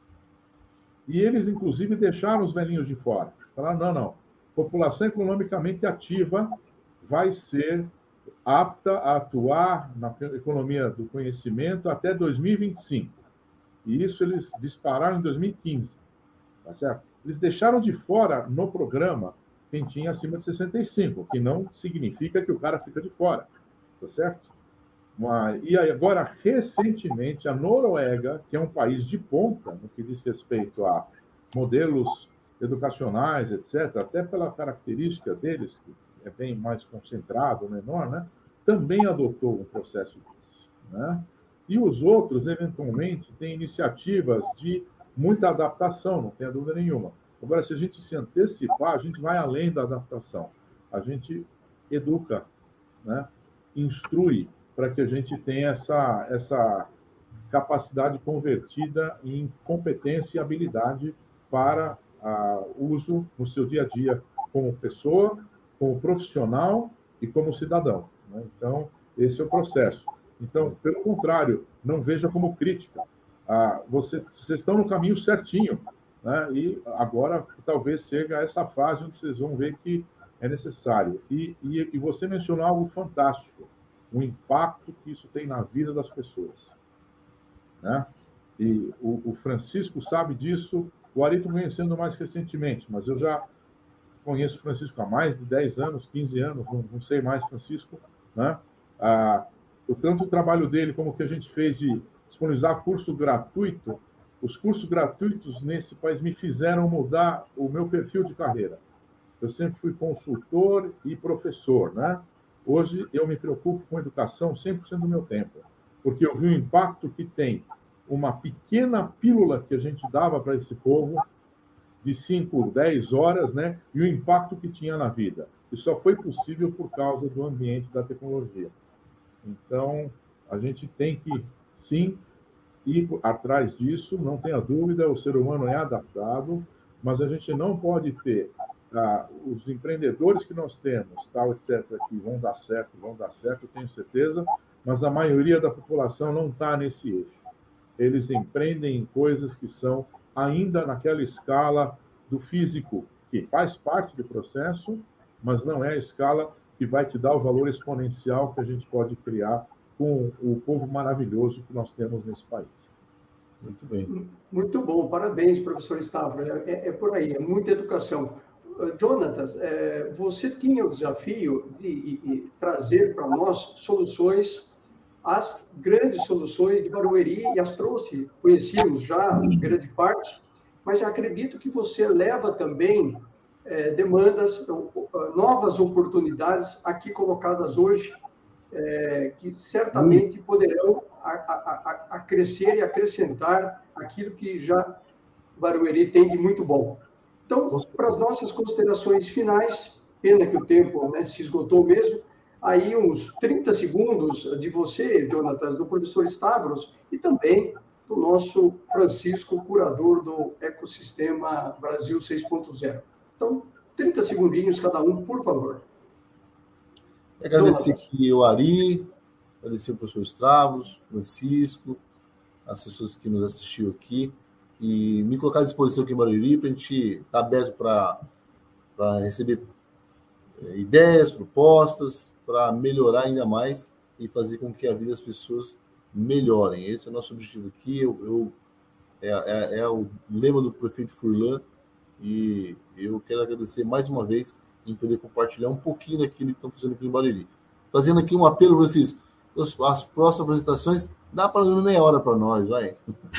E eles, inclusive, deixaram os velhinhos de fora. Falaram, não, não. População economicamente ativa vai ser apta a atuar na economia do conhecimento até dois mil e vinte e cinco. E isso eles dispararam em dois mil e quinze. Tá certo? Eles deixaram de fora no programa quem tinha acima de sessenta e cinco, que não significa que o cara fica de fora. Tá certo? Mas, e agora, recentemente, a Noruega, que é um país de ponta no que diz respeito a modelos educacionais, etcétera, até pela característica deles, que é bem mais concentrado, menor, né, também adotou um processo desse, né? E os outros, eventualmente, têm iniciativas de muita adaptação, não tenha dúvida nenhuma. Agora, se a gente se antecipar, a gente vai além da adaptação. A gente educa, né, instrui, para que a gente tenha essa, essa capacidade convertida em competência e habilidade para o uso no seu dia a dia, como pessoa, como profissional e como cidadão, né? Então, esse é o processo. Então, pelo contrário, não veja como crítica. Ah, vocês, vocês estão no caminho certinho, né? E agora talvez chegue a essa fase onde vocês vão ver que é necessário. E, e, e você mencionou algo fantástico, o impacto que isso tem na vida das pessoas, né? E o, o Francisco sabe disso, o Ari estou conhecendo mais recentemente, mas eu já conheço o Francisco há mais de dez anos, quinze anos, não, não sei mais, Francisco, né? Ah, o tanto o trabalho dele como o que a gente fez de disponibilizar curso gratuito, os cursos gratuitos nesse país me fizeram mudar o meu perfil de carreira. Eu sempre fui consultor e professor, né? Hoje eu me preocupo com educação cem por cento do meu tempo, porque eu vi o impacto que tem uma pequena pílula que a gente dava para esse povo, de cinco, dez horas, né? E o impacto que tinha na vida. E só foi possível por causa do ambiente da tecnologia. Então, a gente tem que, sim, ir atrás disso, não tenha dúvida, o ser humano é adaptado, mas a gente não pode ter ah, os empreendedores que nós temos, tal, etcétera, que vão dar certo, vão dar certo, eu tenho certeza, mas a maioria da população não está nesse eixo. Eles empreendem em coisas que são ainda naquela escala do físico, que faz parte do processo, mas não é a escala que vai te dar o valor exponencial que a gente pode criar com o povo maravilhoso que nós temos nesse país. Muito bem. Muito bom, parabéns, professor Stavros. É, é por aí, é muita educação. Jonatas, é, você tinha o desafio de, de trazer para nós soluções, as grandes soluções de Barueri, e as trouxe, conhecíamos já grande parte, mas acredito que você leva também é, demandas, novas oportunidades aqui colocadas hoje, é, que certamente poderão a, a, a crescer e acrescentar aquilo que já Barueri tem de muito bom. Então, para as nossas considerações finais, pena que o tempo, né, se esgotou mesmo, aí uns trinta segundos de você, Jonatas, do professor Stavros, e também do nosso Francisco, curador do Ecossistema Brasil seis ponto zero. Então, trinta segundinhos cada um, por favor. Agradecer aqui o Ari, agradecer o professor Stavros, Francisco, as pessoas que nos assistiram aqui, e me colocar à disposição aqui em Barueri para a gente estar aberto para receber ideias, propostas, para melhorar ainda mais e fazer com que a vida das pessoas melhorem. Esse é o nosso objetivo aqui. Eu, eu, é, é, é o lema do prefeito Furlan, e eu quero agradecer mais uma vez em poder compartilhar um pouquinho daquilo que estão fazendo aqui em Barueri. Fazendo aqui um apelo, Francisco, as próximas apresentações, dá para dar meia hora para nós, vai.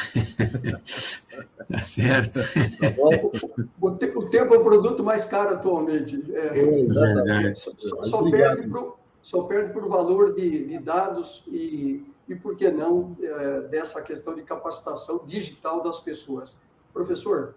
Tá certo. O, te, o tempo é o produto mais caro atualmente. É, é, exatamente. Só, só, só, perde pro, só perde por valor de, de dados e, e, por que não, é, dessa questão de capacitação digital das pessoas. Professor?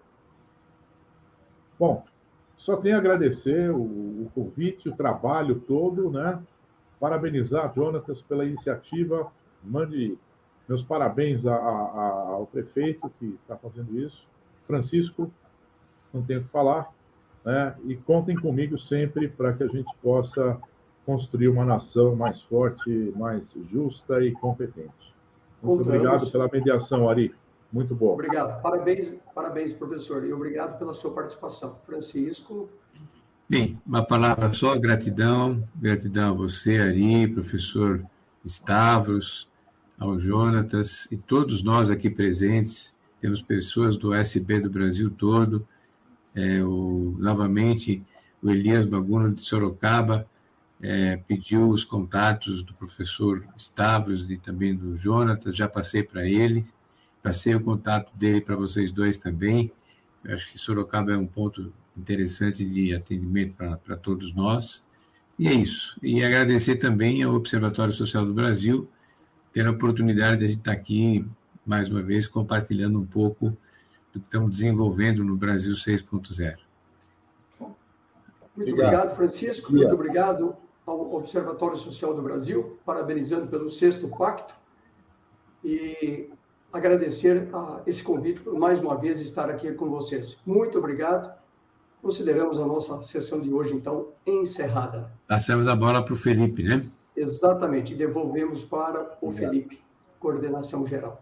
Bom, só tenho a agradecer o, o convite, o trabalho todo, né? Parabenizar, Jonatas, pela iniciativa. Mande meus parabéns a, a, ao prefeito que está fazendo isso. Francisco, não tenho o que falar, né? E contem comigo sempre para que a gente possa construir uma nação mais forte, mais justa e competente. Muito Contamos. Obrigado pela mediação, Ari. Muito bom. Obrigado. Parabéns, parabéns, professor. E obrigado pela sua participação. Francisco. Bem, uma palavra só, gratidão. Gratidão a você, Ari, professor Stavros, ao Jonatas e todos nós aqui presentes. Temos pessoas do S B do Brasil todo. É, o, novamente, o Elias Baguno de Sorocaba é, pediu os contatos do professor Stavros e também do Jonatas. Já passei para ele. Passei o contato dele para vocês dois também. Eu acho que Sorocaba é um ponto interessante de atendimento para todos nós. E é isso. E agradecer também ao Observatório Social do Brasil pela oportunidade de a gente estar aqui, mais uma vez, compartilhando um pouco do que estamos desenvolvendo no Brasil seis ponto zero. Muito obrigado, obrigado Francisco. Muito obrigado ao Observatório Social do Brasil, parabenizando pelo sexto pacto. E agradecer a esse convite por mais uma vez estar aqui com vocês. Muito obrigado. Consideramos a nossa sessão de hoje, então, encerrada. Passamos a bola para o Felipe, né? Exatamente. Devolvemos para o obrigado. Felipe, coordenação geral.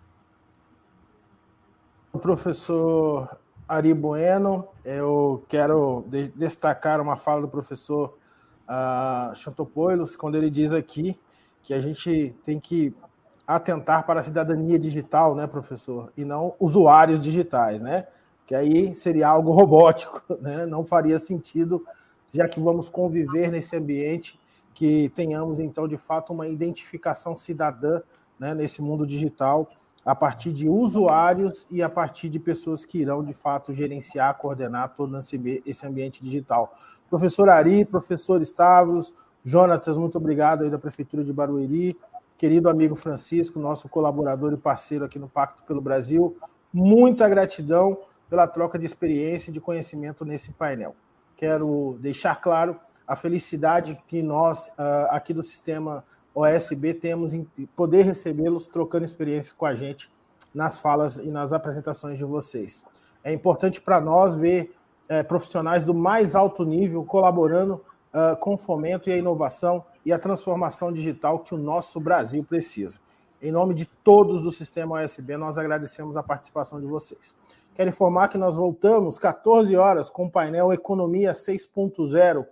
Professor Ari Bueno, eu quero de- destacar uma fala do professor uh, Chantopoilos, quando ele diz aqui que a gente tem que atentar para a cidadania digital, né, professor? E não usuários digitais, né? Que aí seria algo robótico, né? Não faria sentido, já que vamos conviver nesse ambiente, que tenhamos, então, de fato, uma identificação cidadã, né, nesse mundo digital, a partir de usuários e a partir de pessoas que irão, de fato, gerenciar, coordenar todo esse ambiente digital. Professor Ari, professor Stavros, Jonatas, muito obrigado aí da Prefeitura de Barueri, querido amigo Francisco, nosso colaborador e parceiro aqui no Pacto pelo Brasil. Muita gratidão pela troca de experiência e de conhecimento nesse painel. Quero deixar claro a felicidade que nós, aqui do Sistema O S B, temos em poder recebê-los trocando experiências com a gente nas falas e nas apresentações de vocês. É importante para nós ver é, profissionais do mais alto nível colaborando Uh, com o fomento e a inovação e a transformação digital que o nosso Brasil precisa. Em nome de todos do Sistema O S B, nós agradecemos a participação de vocês. Quero informar que nós voltamos quatorze horas com o painel Economia seis ponto zero,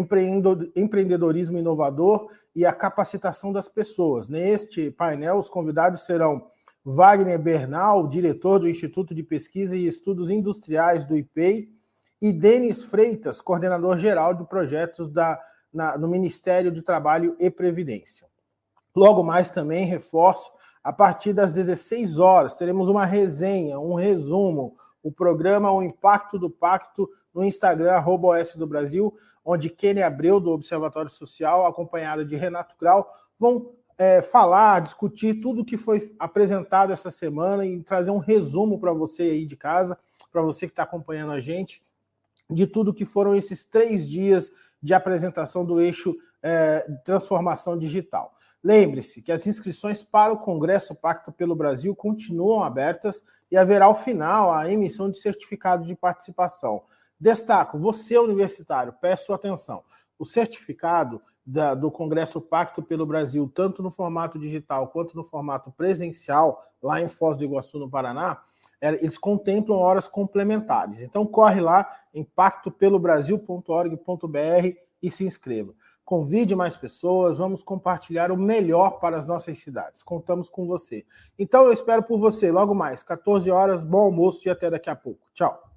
empreendedorismo inovador e a capacitação das pessoas. Neste painel, os convidados serão Wagner Bernal, diretor do Instituto de Pesquisa e Estudos Industriais do I P E I, e Denis Freitas, coordenador-geral de projetos da, na, no Ministério do Trabalho e Previdência. Logo mais também, reforço, a partir das dezesseis horas, teremos uma resenha, um resumo, o programa O Impacto do Pacto no Instagram, arroba O S do Brasil, onde Kenny Abreu, do Observatório Social, acompanhada de Renato Grau, vão é, falar, discutir tudo o que foi apresentado essa semana e trazer um resumo para você aí de casa, para você que está acompanhando a gente, de tudo que foram esses três dias de apresentação do eixo é, transformação digital. Lembre-se que as inscrições para o Congresso Pacto pelo Brasil continuam abertas e haverá ao final a emissão de certificado de participação. Destaco, você universitário, peço atenção, o certificado da, do Congresso Pacto pelo Brasil, tanto no formato digital quanto no formato presencial, lá em Foz do Iguaçu, no Paraná, eles contemplam horas complementares. Então, corre lá em pacto pelo brasil ponto org ponto b r e se inscreva. Convide mais pessoas, vamos compartilhar o melhor para as nossas cidades. Contamos com você. Então, eu espero por você logo mais, quatorze horas, bom almoço e até daqui a pouco. Tchau.